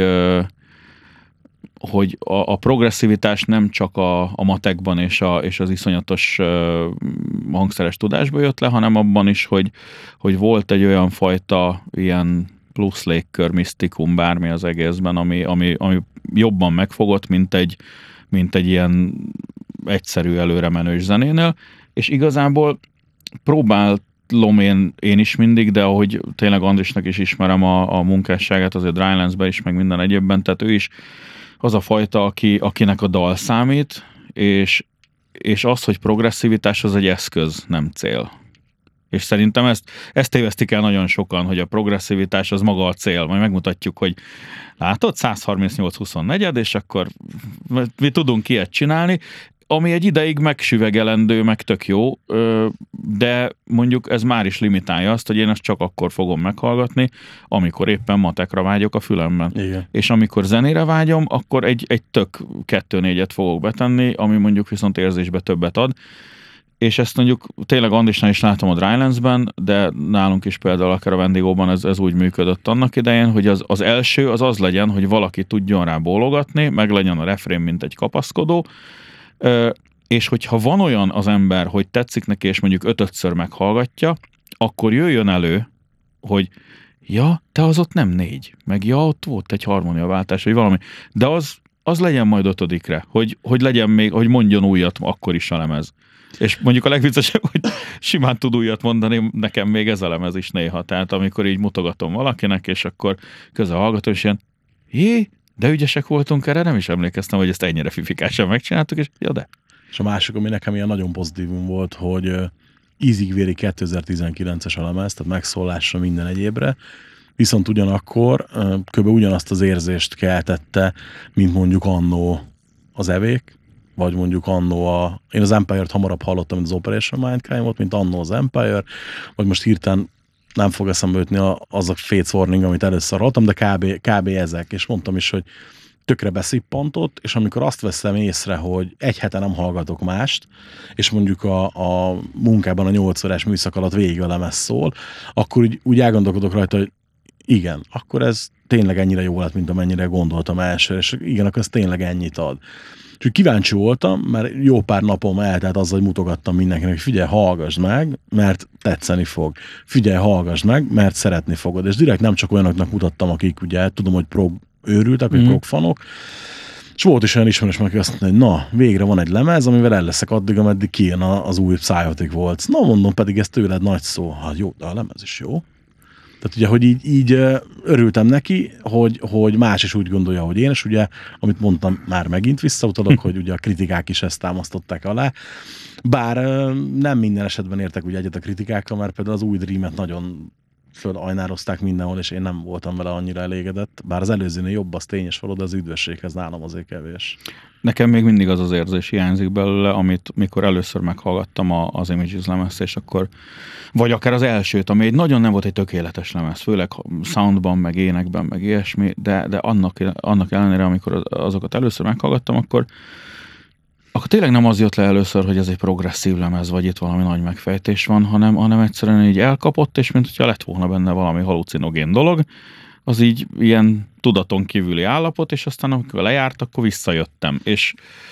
Speaker 2: hogy a, a progresszivitás nem csak a, a matekban és, a, és az iszonyatos uh, hangszeres tudásba jött le, hanem abban is, hogy, hogy volt egy olyan fajta ilyen plusz légkör, misztikum, bármi az egészben, ami, ami, ami jobban megfogott, mint egy, mint egy ilyen egyszerű előremenős zenénél, és igazából próbálom én, én is mindig, de ahogy tényleg Andrisnak is ismerem a, a munkásságát, azért Drylands-ben is, meg minden egyébben, tehát ő is az a fajta, aki, akinek a dal számít, és, és az, hogy progresszivitás az egy eszköz, nem cél. És szerintem ezt, ezt tévesztik el nagyon sokan, hogy a progresszivitás az maga a cél. Majd megmutatjuk, hogy látod, száz harmincnyolc huszonnégy, és akkor mi tudunk ilyet csinálni, ami egy ideig megsüvegelendő, meg tök jó, de mondjuk ez már is limitálja azt, hogy én ezt csak akkor fogom meghallgatni, amikor éppen matekra vágyok a fülemben.
Speaker 3: Igen.
Speaker 2: És amikor zenére vágyom, akkor egy, egy tök kettő-négyet fogok betenni, ami mondjuk viszont érzésbe többet ad. És ezt mondjuk tényleg Andrisnál is látom a Drylands-ben, de nálunk is például akár a Vendégóban ez, ez úgy működött annak idején, hogy az, az első az az legyen, hogy valaki tudjon rá bólogatni, meg legyen a refrén, mint egy kapaszkodó, Ö, és hogyha van olyan az ember, hogy tetszik neki, és mondjuk ötödször meghallgatja, akkor jöjjön elő, hogy ja, te az ott nem négy, meg ja, ott volt egy harmóniaváltás, vagy valami, de az, az legyen majd ötödikre, hogy, hogy legyen még, hogy mondjon újat akkor is a lemez. És mondjuk a legviccesebb, hogy simán tud újat mondani, nekem még ez a lemez is néha, tehát amikor így mutogatom valakinek, és akkor közel hallgatom, és ilyen, jé, de ügyesek voltunk erre, nem is emlékeztem, hogy ezt ennyire fifikásan megcsináltuk, és ja, de.
Speaker 3: És a másik, ami nekem ilyen nagyon pozitívum volt, hogy ízig-vérig kétezer-tizenkilences a lemez, tehát megszólásra minden egyébre, viszont ugyanakkor kb. Ugyanazt az érzést keltette, mint mondjuk annó az Evék, vagy mondjuk annó a... Én az Empire-t hamarabb hallottam, mint az Operation Mindcrime-ot, mint annó az Empire, vagy most hirtelen nem fog eszembe jutni az a Fates Warning, amit először hallottam, de kb, kb. Ezek, és mondtam is, hogy tökre beszippantott, és amikor azt veszem észre, hogy egy hete nem hallgatok mást, és mondjuk a, a munkában a nyolc órás műszak alatt végig velem ez szól, akkor úgy, úgy elgondolkodok rajta, hogy igen, akkor ez tényleg ennyire jó lett, mint amennyire gondoltam elsőre, és igen, akkor ez tényleg ennyit ad. És úgy kíváncsi voltam, mert jó pár napom eltelt azzal, hogy mutogattam mindenkinek, hogy figyelj, hallgassd meg, mert tetszeni fog. Figyelj, hallgassd meg, mert szeretni fogod. És direkt nem csak olyanoknak mutattam, akik ugye tudom, hogy prog őrültek, vagy mm. prog fanok, És volt is olyan ismerős, aki azt mondta, hogy na, végre van egy lemez, amivel el leszek addig, ameddig kijön az új Psychotic Waltz. Na, mondom, pedig ez tőled nagy szó. Hát jó, de a lemez is jó. Tehát ugye, hogy így, így örültem neki, hogy, hogy más is úgy gondolja, hogy én, és ugye, amit mondtam, már megint visszautalok, hogy ugye a kritikák is ezt támasztották alá. Bár nem minden esetben értek ugye egyet a kritikákkal, mert például az új Dream-et nagyon föl-ajnározták mindenhol, és én nem voltam vele annyira elégedett. Bár az előzőnél jobb, az tényes való, de az üdvösséghez nálam azért kevés.
Speaker 2: Nekem még mindig az az érzés hiányzik belőle, amit mikor először meghallgattam a, az Images lemezt, és akkor, vagy akár az elsőt, ami egy nagyon nem volt egy tökéletes lemez, főleg soundban, meg énekben, meg ilyesmi, de, de annak, annak ellenére, amikor azokat először meghallgattam, akkor akkor tényleg nem az jött le először, hogy ez egy progresszív lemez, vagy itt valami nagy megfejtés van, hanem, hanem egyszerűen így elkapott, és mint hogyha lett volna benne valami halucinogén dolog, az így ilyen tudaton kívüli állapot, és aztán amikor lejárt, akkor visszajöttem. És,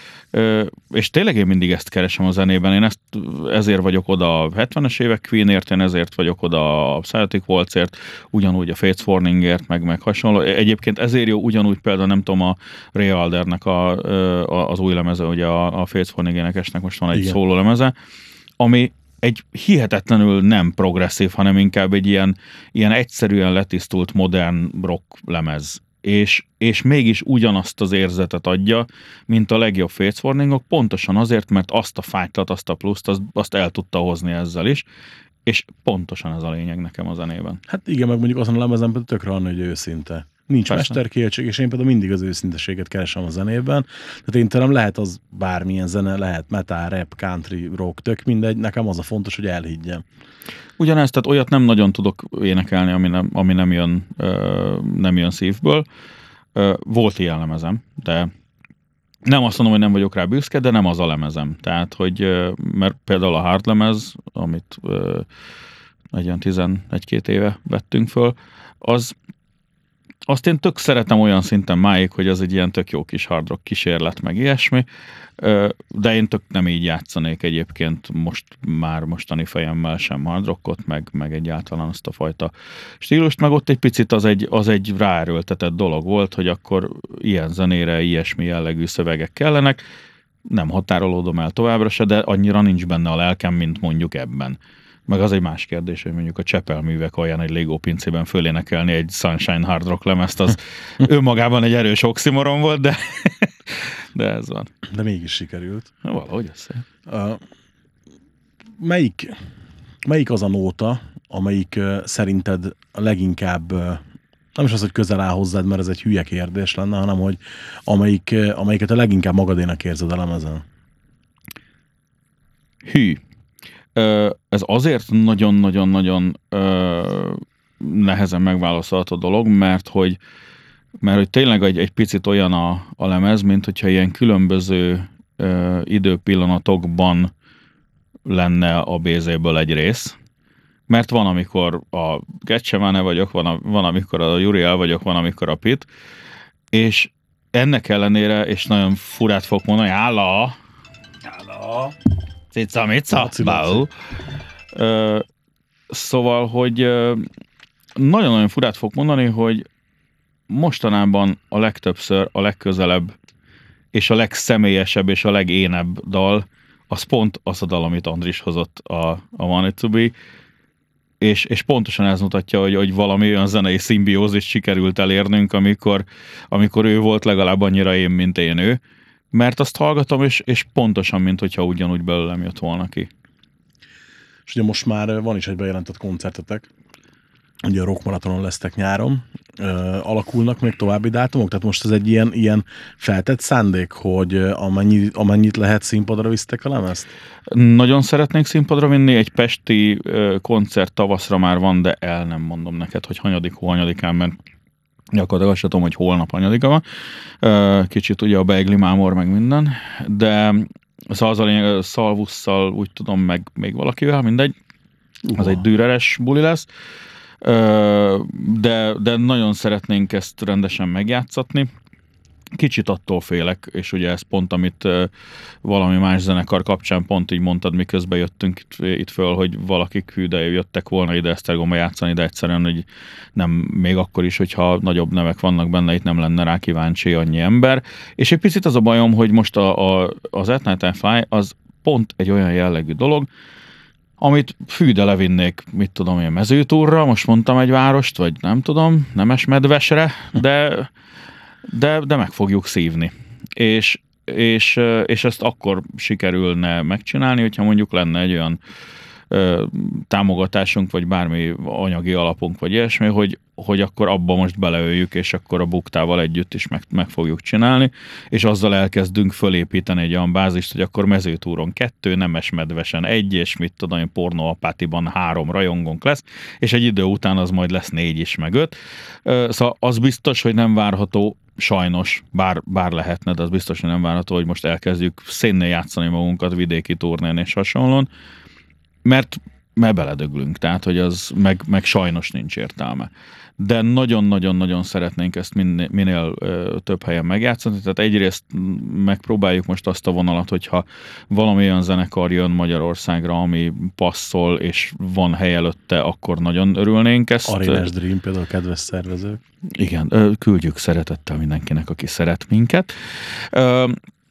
Speaker 2: és tényleg én mindig ezt keresem a zenében. Én ezt, ezért vagyok oda a hetvenes évek Queenért, én ezért vagyok oda a Psychotic Waltzért, ugyanúgy a Fates Warningért, meg, meg hasonló. Egyébként ezért jó ugyanúgy például, nem tudom, a Ray Aldernek a, a, az új lemeze, ugye a, a Fates Warning énekesnek most van egy szóló lemeze, ami egy hihetetlenül nem progresszív, hanem inkább egy ilyen, ilyen egyszerűen letisztult modern rock lemez. És, és mégis ugyanazt az érzetet adja, mint a legjobb Fates Warningok, pontosan azért, mert azt a fájtlat, azt a pluszt, azt, azt el tudta hozni ezzel is, és pontosan ez a lényeg nekem a zenében.
Speaker 3: Hát igen, meg mondjuk azon a lemezen például tökre annyi, hogy őszinte. Nincs Persze. mesterkéltség, és én például mindig az őszinteséget keresem a zenében. Tehát én terem lehet az bármilyen zene, lehet metal, rap, country, rock, tök mindegy, nekem az a fontos, hogy elhiggyem.
Speaker 2: Ugyanezt, tehát olyat nem nagyon tudok énekelni, ami nem, ami nem, jön, ö, nem jön szívből. Ö, volt ilyen lemezem, de nem azt mondom, hogy nem vagyok rá büszke, de nem az a lemezem. Tehát, hogy ö, mert például a Hard lemez, amit ö, egy olyan tizenegy-két éve vettünk föl, az azt én tök szeretem olyan szinten máig, hogy az egy ilyen tök jó kis hard rock kísérlet, meg ilyesmi, de én tök nem így játszanék egyébként most már mostani fejemmel sem hard rockot, meg, meg egyáltalán azt a fajta stílust, meg ott egy picit az egy, az egy ráerőltetett dolog volt, hogy akkor ilyen zenére, ilyesmi jellegű szövegek kellenek, nem határolódom el továbbra se, de annyira nincs benne a lelkem, mint mondjuk ebben. Meg az egy más kérdés, hogy mondjuk a Csepel művek olyan egy Lego pincében fölénekelni egy Sunshine Hard Rock lemezt, az önmagában egy erős oximoron volt, de, de ez van.
Speaker 3: De mégis sikerült.
Speaker 2: Na, valahogy ez
Speaker 3: uh, melyik, melyik az a nóta, amelyik uh, szerinted a leginkább, uh, nem is az, hogy közel áll hozzád, mert ez egy hülye kérdés lenne, hanem hogy amelyik, uh, amelyiket a leginkább magadénak érzed a lemezen?
Speaker 2: Hű. Ez azért nagyon-nagyon-nagyon nehezen megválaszolható dolog, mert hogy, mert hogy tényleg egy, egy picit olyan a, a lemez, mint hogyha ilyen különböző ö, időpillanatokban lenne a bé zé-ből egy rész. Mert van, amikor a Getsemane vagyok, van, a, van, amikor a Uriel vagyok, van, amikor a Pit, és ennek ellenére, és nagyon furát fog mondani, hála! Hála! Cica, mica, bau. Szóval, hogy nagyon-nagyon furát fog mondani, hogy mostanában a legtöbbször a legközelebb és a legszemélyesebb és a legénebb dal, az pont az a dal, amit Andris hozott a, a Want It To Be, és, és pontosan ez mutatja, hogy, hogy valami olyan zenei szimbiózist sikerült elérnünk, amikor, amikor ő volt legalább annyira én, mint én ő. Mert azt hallgatom, és, és pontosan, mint hogyha ugyanúgy belőlem jött volna ki.
Speaker 3: És ugye most már van is egy bejelentett koncertetek, ugye a Rock Maratonon lesztek nyáron, ö, alakulnak még további dátumok, tehát most ez egy ilyen, ilyen feltett szándék, hogy amennyi, amennyit lehet színpadra visztek a lemezt?
Speaker 2: Nagyon szeretnék színpadra vinni, egy pesti ö, koncert tavaszra már van, de el nem mondom neked, hogy hanyadik, hol hanyadikán, mert gyakorlatilag azt tudom, hogy holnap hanyadika van. Kicsit ugye a beigli mámor, meg minden, de szóval az a lényeg, Szalvusszal úgy tudom, meg még valakivel, mindegy. Uh-huh. Az egy düreres buli lesz. De, de nagyon szeretnénk ezt rendesen megjátszatni. Kicsit attól félek, és ugye ez pont, amit uh, valami más zenekar kapcsán pont így mondtad, miközben jöttünk itt, itt föl, hogy valakik hű, de jöttek volna ide Esztergomba játszani, de egyszerűen, hogy nem, még akkor is, hogyha nagyobb nevek vannak benne, itt nem lenne rá kíváncsi annyi ember. És egy picit az a bajom, hogy most a, a, az At Night and Fly az pont egy olyan jellegű dolog, amit fű, de levinnék, mit tudom én, Mezőtúrra, most mondtam egy várost, vagy nem tudom, Nemesmedvesre, de De, de meg fogjuk szívni. És, és, és ezt akkor sikerülne megcsinálni, hogyha mondjuk lenne egy olyan ö, támogatásunk, vagy bármi anyagi alapunk, vagy ilyesmi, hogy, hogy akkor abba most beleöljük, és akkor a buktával együtt is meg, meg fogjuk csinálni, és azzal elkezdünk fölépíteni egy olyan bázist, hogy akkor Mezőtúron kettő, Nemesmedvesen egy, és mit tudom én, Pornoapátiban három rajongónk lesz, és egy idő után az majd lesz négy is, meg öt. Szóval az biztos, hogy nem várható, sajnos, bár, bár lehetne, de az biztos, hogy nem várható, hogy most elkezdjük szénnél játszani magunkat vidéki turnén és hasonlón, mert, mert beledöglünk, tehát, hogy az meg, meg sajnos nincs értelme. De nagyon-nagyon-nagyon szeretnénk ezt minél, minél ö, több helyen megjátszani, tehát egyrészt megpróbáljuk most azt a vonalat, hogyha valami olyan zenekar jön Magyarországra, ami passzol, és van hely előtte, akkor nagyon örülnénk ezt.
Speaker 3: Arénás Dream például, kedves szervezők.
Speaker 2: Igen, ö, küldjük szeretettel mindenkinek, aki szeret minket. Ö,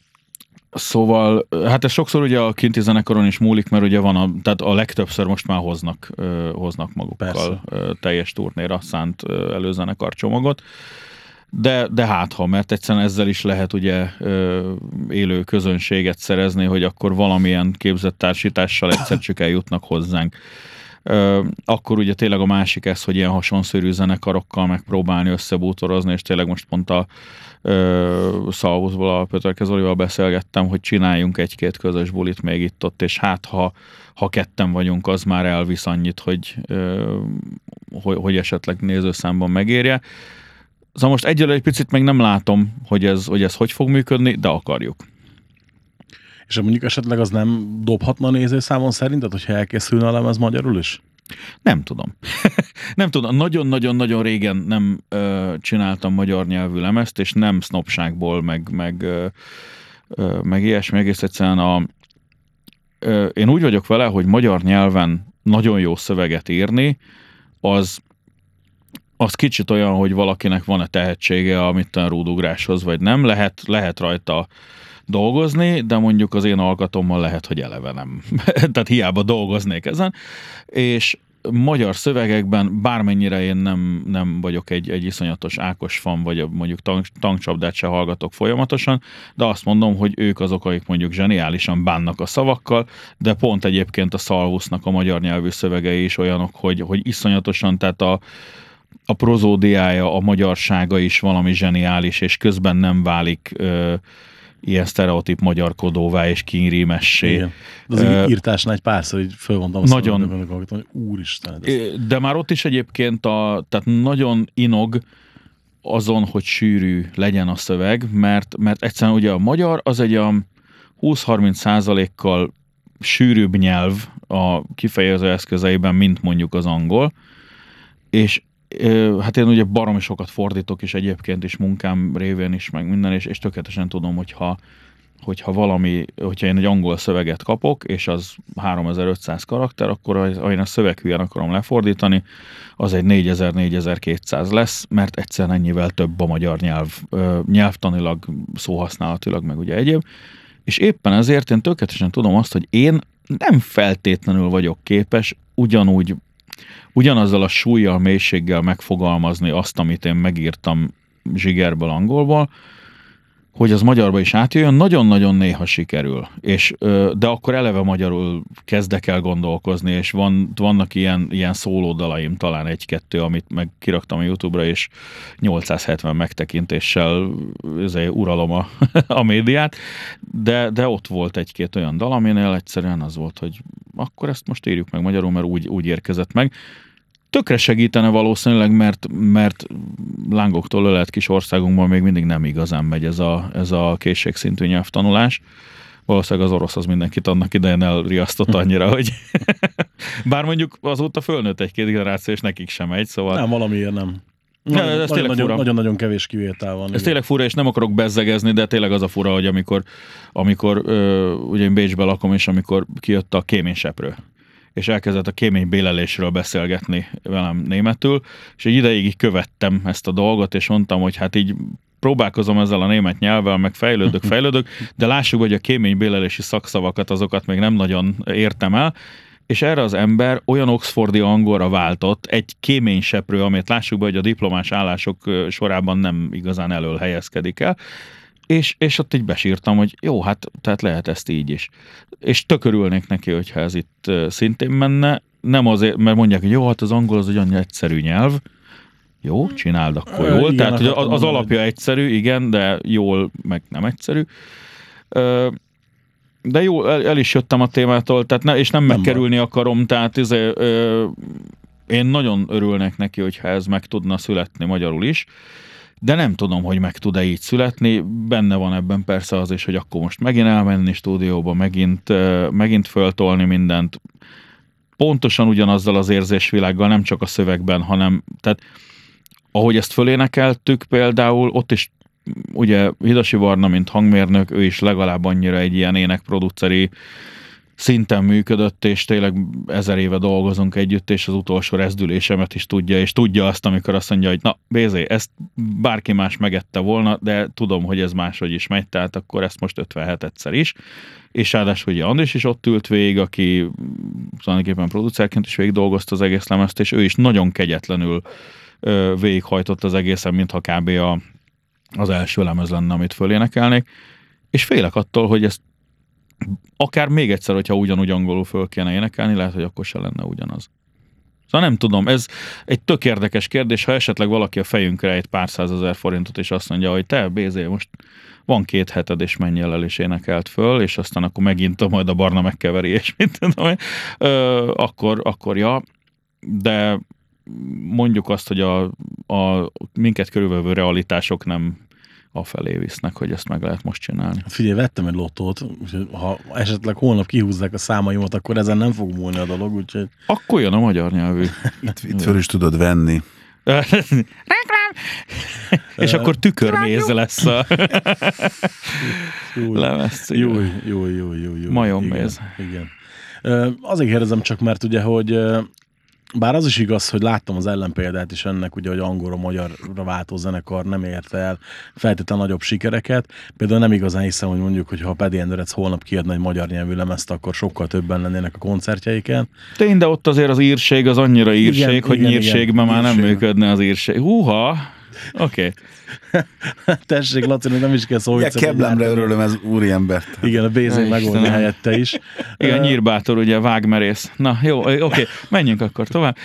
Speaker 2: Szóval, hát ez sokszor ugye a kinti zenekaron is múlik, mert ugye van a, tehát a legtöbbször most már hoznak, ö, hoznak magukkal ö, teljes turnéra szánt ö, előzenekar csomagot, de, de hát ha, mert egyszerűen ezzel is lehet ugye ö, élő közönséget szerezni, hogy akkor valamilyen képzett társítással egyszer csak eljutnak hozzánk. Ö, akkor ugye tényleg a másik ez, hogy ilyen hasonszörű zenekarokkal megpróbálni összebútorozni, és tényleg most pont a Szalvuszból a Pötörke Zolival beszélgettem, hogy csináljunk egy-két közös bulit még itt-ott, és hát ha, ha ketten vagyunk, az már elvisz annyit, hogy, ö, hogy, hogy esetleg nézőszámban megérje. Szóval most egyelőre egy picit még nem látom, hogy ez, hogy ez hogy fog működni, de akarjuk.
Speaker 3: És mondjuk esetleg az nem dobhatna a nézőszámon szerinted, hogyha elkészülne a lemez magyarul is?
Speaker 2: Nem tudom. nem tudom. Nagyon-nagyon-nagyon régen nem ö, csináltam magyar nyelvű lemezt, és nem sznopságból, meg, meg, ö, ö, meg ilyesmi. Egész egyszerűen a, ö, én úgy vagyok vele, hogy magyar nyelven nagyon jó szöveget írni, az, az kicsit olyan, hogy valakinek van-e tehetsége a mitten rúdugráshoz, vagy nem. Lehet, lehet rajta dolgozni, de mondjuk az én alkatommal lehet, hogy eleve nem. Tehát hiába dolgoznék ezen. És magyar szövegekben bármennyire én nem, nem vagyok egy, egy iszonyatos Ákos fan, vagy mondjuk tank, tankcsapdát se hallgatok folyamatosan, de azt mondom, hogy ők azok, akik mondjuk zseniálisan bánnak a szavakkal, de pont egyébként a Szalvusznak a magyar nyelvű szövegei is olyanok, hogy, hogy iszonyatosan, tehát a a prozódiája, a magyarsága is valami zseniális, és közben nem válik ö, ilyen sztereotíp magyarkodóvá és kínrímessé.
Speaker 3: Igen. De az uh, írtásnál egy párszor így fölmondtam a
Speaker 2: nagyon,
Speaker 3: szavakat, hogy úristen.
Speaker 2: Ez... De már ott is egyébként a, tehát nagyon inog azon, hogy sűrű legyen a szöveg, mert, mert egyszerűen ugye a magyar az egy a húsz-harminc százalékkal sűrűbb nyelv a kifejező eszközeiben, mint mondjuk az angol, és hát én ugye baromi sokat fordítok is egyébként is munkám révén is, meg minden, és, és tökéletesen tudom, hogyha, hogyha valami, hogyha én egy angol szöveget kapok, és az háromezer-ötszáz karakter, akkor ha én a szöveghülyen akarom lefordítani, az egy négyezer-négyezer-kétszáz lesz, mert egyszerűen ennyivel több a magyar nyelv, nyelvtanilag, szóhasználatilag, meg ugye egyéb. És éppen ezért én tökéletesen tudom azt, hogy én nem feltétlenül vagyok képes ugyanúgy ugyanazzal a súllyal, mélységgel megfogalmazni azt, amit én megírtam zsigerből, angolból, hogy az magyarba is átjöjjön, nagyon-nagyon néha sikerül. És, de akkor eleve magyarul kezdek el gondolkozni, és van, vannak ilyen, ilyen szólódalaim, talán egy-kettő, amit meg kiraktam a YouTube-ra, és nyolcszázhetven megtekintéssel uralom a, a médiát, de, de ott volt egy-két olyan dal, aminél egyszerűen az volt, hogy akkor ezt most írjuk meg magyarul, mert úgy, úgy érkezett meg. Tökre segítene valószínűleg, mert, mert lángoktól ölelt kis országunkban még mindig nem igazán megy ez a, ez a készségszintű nyelvtanulás. Valószínűleg az orosz az mindenkit annak idején elriasztott annyira, hogy bár mondjuk azóta fölnőtt egy-két generáció, és nekik sem megy, szóval...
Speaker 3: Nem, valamiért nem. Nagyon-nagyon kevés kivétel van.
Speaker 2: Ez igen. Tényleg fura, és nem akarok bezzegezni, de tényleg az a fura, hogy amikor, amikor ö, ugye én Bécsben lakom, és amikor kijött a kéményseprő, és elkezdett a kéménybélelésről beszélgetni velem németül, és egy ideig így követtem ezt a dolgot, és mondtam, hogy hát így próbálkozom ezzel a német nyelvvel, meg fejlődök, fejlődök, de lássuk, hogy a kéménybélelési szakszavakat, azokat még nem nagyon értem el, és erre az ember olyan oxfordi angolra váltott, egy kéményseprő, amit lássuk be, hogy a diplomás állások sorában nem igazán elől helyezkedik el, és, és ott így besírtam, hogy jó, hát tehát lehet ezt így is. És tök örülnék neki, hogyha ez itt szintén menne, nem azért, mert mondják, hogy jó, hát az angol az olyan egyszerű nyelv, jó, csináld akkor jól, igen, tehát hogy az, az alapja egyszerű, igen, de jól meg nem egyszerű. De jó, el, el is jöttem a témától, tehát ne, és nem, nem megkerülni van. akarom, tehát izé, ö, én nagyon örülnek neki, hogyha ez meg tudna születni magyarul is, de nem tudom, hogy meg tud-e így születni. Benne van ebben persze az is, hogy akkor most megint elmenni stúdióba, megint, ö, megint föltolni mindent. Pontosan ugyanazzal az érzésvilággal, nem csak a szövegben, hanem tehát ahogy ezt fölénekeltük például, ott is ugye Hidasi Barna, mint hangmérnök, ő is legalább annyira egy ilyen énekproduceri szinten működött, és tényleg ezer éve dolgozunk együtt, és az utolsó rezdülésemet is tudja, és tudja azt, amikor azt mondja, hogy na, Bézé, ezt bárki más megette volna, de tudom, hogy ez máshogy is megy, tehát akkor ezt most ötvenhetetszer is. És ráadásul ugye Andris is ott ült végig, aki tulajdonképpen producerként is végig dolgozta az egész lemezt, és ő is nagyon kegyetlenül ö, végighajtott az egészen, mintha kb. A az első lemez lenne, amit fölénekelnék, és félek attól, hogy ezt akár még egyszer, hogyha ugyanúgy angolul föl kéne énekelni, lehet, hogy akkor se lenne ugyanaz. Szóval nem tudom, ez egy tök érdekes kérdés, ha esetleg valaki a fejünkre egy pár százezer forintot, és azt mondja, hogy te, Bézé, most van két heted, és menjél el, és énekelt föl, és aztán akkor megint majd a Barna megkeveri, és mit tudom, ö, akkor, akkor ja, de mondjuk azt, hogy a, a minket körülvevő realitások nem afelé visznek, hogy ezt meg lehet most csinálni.
Speaker 3: Figyelj, vettem egy lottót, ha esetleg holnap kihúzzák a számaimat, akkor ezen nem fog múlni a dolog, úgyhogy...
Speaker 2: Akkor jön a magyar nyelvű.
Speaker 1: Itt, itt föl is tudod venni.
Speaker 2: És akkor tükörméz lesz a lemez.
Speaker 3: Jó, jó, jó, jó, jó.
Speaker 2: Majomméz.
Speaker 3: Igen. igen. Azért kérdezem csak, mert ugye, hogy bár az is igaz, hogy láttam az ellenpéldát is ennek, ugye, hogy angolra magyarra váltó zenekar nem érte el feltétlenül nagyobb sikereket. Például nem igazán hiszem, hogy mondjuk, hogy ha a Paddy Endurance holnap kiadna egy magyar nyelvű lemezt, akkor sokkal többen lennének a koncertjeiken.
Speaker 2: Tény, de ott azért az írség az annyira írség, igen, hogy igen, nyírségben igen, már írség. Nem működne az írség. Húha! Oké. Okay.
Speaker 3: Tessék, Laci, még nem is kell szó.
Speaker 1: Ja, keblemre örülöm ez úriembert.
Speaker 3: Igen, a Bézé megoldni helyette is.
Speaker 2: Igen, uh, Nyírbátor, ugye, vágmerész. Na, jó, oké, okay. Menjünk akkor tovább.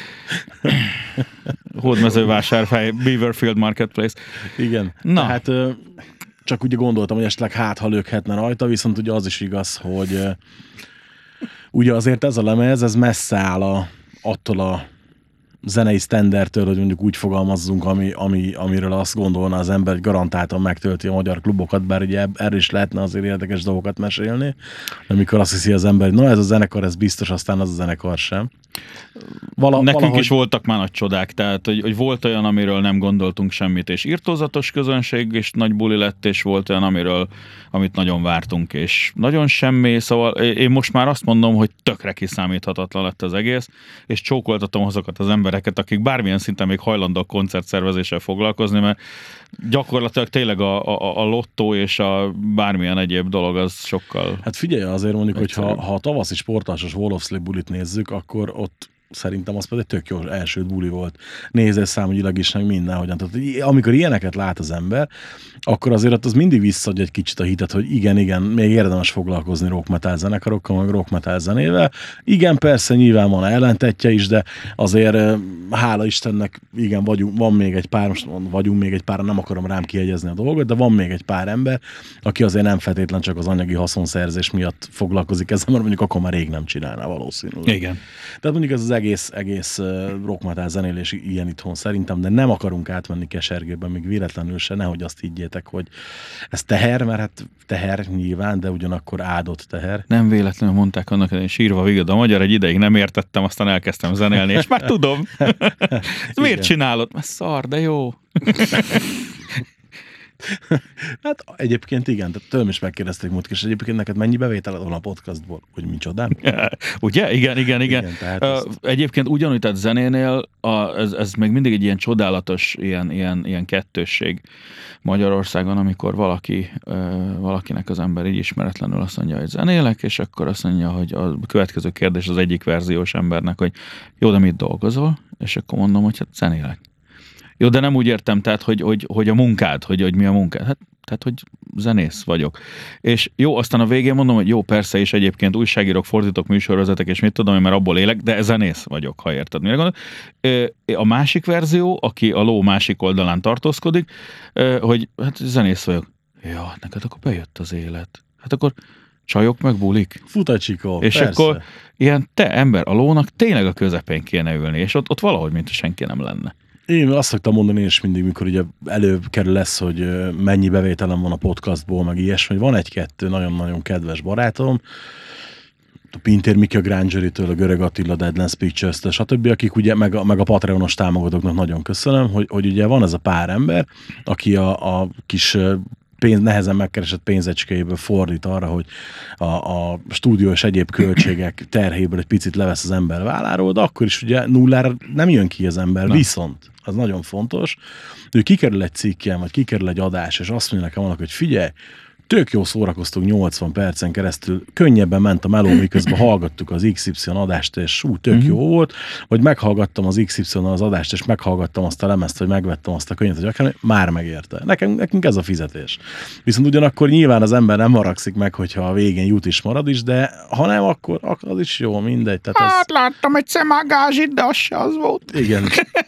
Speaker 2: Hódmezővásárhely, Beaverfield Marketplace.
Speaker 3: Igen. Na. Tehát uh, csak ugye gondoltam, hogy esetleg hát, ha lökhetne rajta, viszont ugye az is igaz, hogy uh, ugye azért ez a lemez, ez messze áll a, attól a zenei standardtől, hogy mondjuk úgy fogalmazzunk, ami, ami, amiről azt gondolna az ember, hogy garantáltan megtölti a magyar klubokat, bár ugye erről is lehetne azért érdekes dolgokat mesélni, amikor azt hiszi az ember, hogy na ez a zenekar, ez biztos, aztán az a zenekar sem.
Speaker 2: Vala, Nekünk valahogy... is voltak már nagy csodák, tehát hogy, hogy volt olyan, amiről nem gondoltunk semmit, és irtózatos közönség, és nagy buli lett, és volt olyan, amiről, amit nagyon vártunk, és nagyon semmi, szóval én most már azt mondom, hogy tökre kiszámíthatatlan lett az egész, és csókoltatom azokat az embereket, akik bármilyen szinten még hajlandók koncertszervezéssel foglalkozni, mert gyakorlatilag tényleg a, a, a lottó és a bármilyen egyéb dolog az sokkal...
Speaker 3: Hát figyelj, azért mondjuk, hogy ha, ha a tavaszi sportásos Wolfsley bulit nézzük, akkor ott szerintem az pedig egy tök jó első buli volt. Nézőszámügyileg is, meg mindenhogyan. Tehát, amikor ilyeneket lát az ember, akkor azért ott az mindig visszaadja egy kicsit a hitet, hogy igen, igen, még érdemes foglalkozni rock metal zenekarokkal, meg rock metal zenével. Igen, persze, nyilván van ellentetje is, de azért hála Istennek, igen, vagyunk, van még egy pár, most vagyunk még egy pár, nem akarom rám kiegyezni a dolgot, de van még egy pár ember, aki azért nem feltétlen csak az anyagi haszonszerzés miatt foglalkozik ezzel, mert mondjuk akkor már rég nem csinálná valószínűleg.
Speaker 2: Igen.
Speaker 3: Tehát mondjuk ez az egész, egész rockmetal zenélés ilyen itthon szerintem, de nem akarunk átmenni kesergőben, még véletlenül se, nehogy azt higgyétek, hogy ez teher, mert hát teher nyilván, de ugyanakkor áldott teher.
Speaker 2: Nem véletlenül mondták annak, hogy sírva vigad a magyar, egy ideig nem értettem, aztán elkezdtem zenélni, és már tudom. Miért csinálod? Mert szar, de jó.
Speaker 3: Hát egyébként igen, tehát tőlem is megkérdezték múltkor, és egyébként neked mennyi bevételed van a podcastból, hogy micsodám?
Speaker 2: Ugye? Igen, igen, igen.
Speaker 3: igen tehát
Speaker 2: uh,
Speaker 3: ezt...
Speaker 2: Egyébként ugyanúgy, tehát zenénél a, ez, ez még mindig egy ilyen csodálatos, ilyen, ilyen, ilyen kettősség Magyarországon, amikor valaki, uh, valakinek az ember így ismeretlenül azt mondja, hogy zenélek, és akkor azt mondja, hogy a következő kérdés az egyik verziós embernek, hogy jó, de mit dolgozol? És akkor mondom, hogy hát zenélek. Jó, de nem úgy értem, tehát, hogy, hogy, hogy a munkád, hogy, hogy mi a munkád. Hát, tehát, hogy zenész vagyok. És jó, aztán a végén mondom, hogy jó, persze, és egyébként újságírók, fordítok, műsorvezetek, és mit tudom, mert abból élek, de zenész vagyok, ha érted. Mire gondol? A másik verzió, aki a ló másik oldalán tartózkodik, hogy hát zenész vagyok. Ja, neked akkor bejött az élet. Hát akkor csajok meg bulik.
Speaker 3: Futacsikó,
Speaker 2: és
Speaker 3: persze.
Speaker 2: akkor ilyen te ember, a lónak tényleg a közepén kéne ülni, és ott, ott valahogy, mint senki nem lenne.
Speaker 3: Én azt szoktam mondani én is mindig, mikor ugye előkerül lesz, hogy mennyi bevételem van a podcastból, meg ilyesmi, hogy van egy-kettő nagyon-nagyon kedves barátom, a Pintér Mika Grangery-től, a Görög Attila, Deadlands Pictures-től, stb., akik ugye, meg a, meg a Patreonos támogatóknak nagyon köszönöm, hogy, hogy ugye van ez a pár ember, aki a, a kis pénz, nehezen megkeresett pénzecskéjéből fordít arra, hogy a, a stúdió és egyéb költségek terhéből egy picit levesz az ember válláról, de akkor is ugye nullára nem jön ki az ember, na. Viszont, az nagyon fontos, hogy kikerül egy cikkem, vagy kikerül egy adás, és azt mondja nekem annak, hogy figyelj, tök jó szórakoztunk nyolcvan percen keresztül, könnyebben ment a meló, miközben hallgattuk az iksz ipszilon adást, és ú, tök jó volt, vagy meghallgattam az iksz ipszilon az adást, és meghallgattam azt a lemezt, vagy megvettem azt a könyvet, hogy akár már megérte. Nekem, nekünk ez a fizetés. Viszont ugyanakkor nyilván az ember nem haragszik meg, hogyha a végén jut is marad is, de ha nem, akkor, akkor az is jó, mindegy. Tehát ez...
Speaker 2: Hát láttam egy szemágázsit, de az se az volt.
Speaker 3: Igen.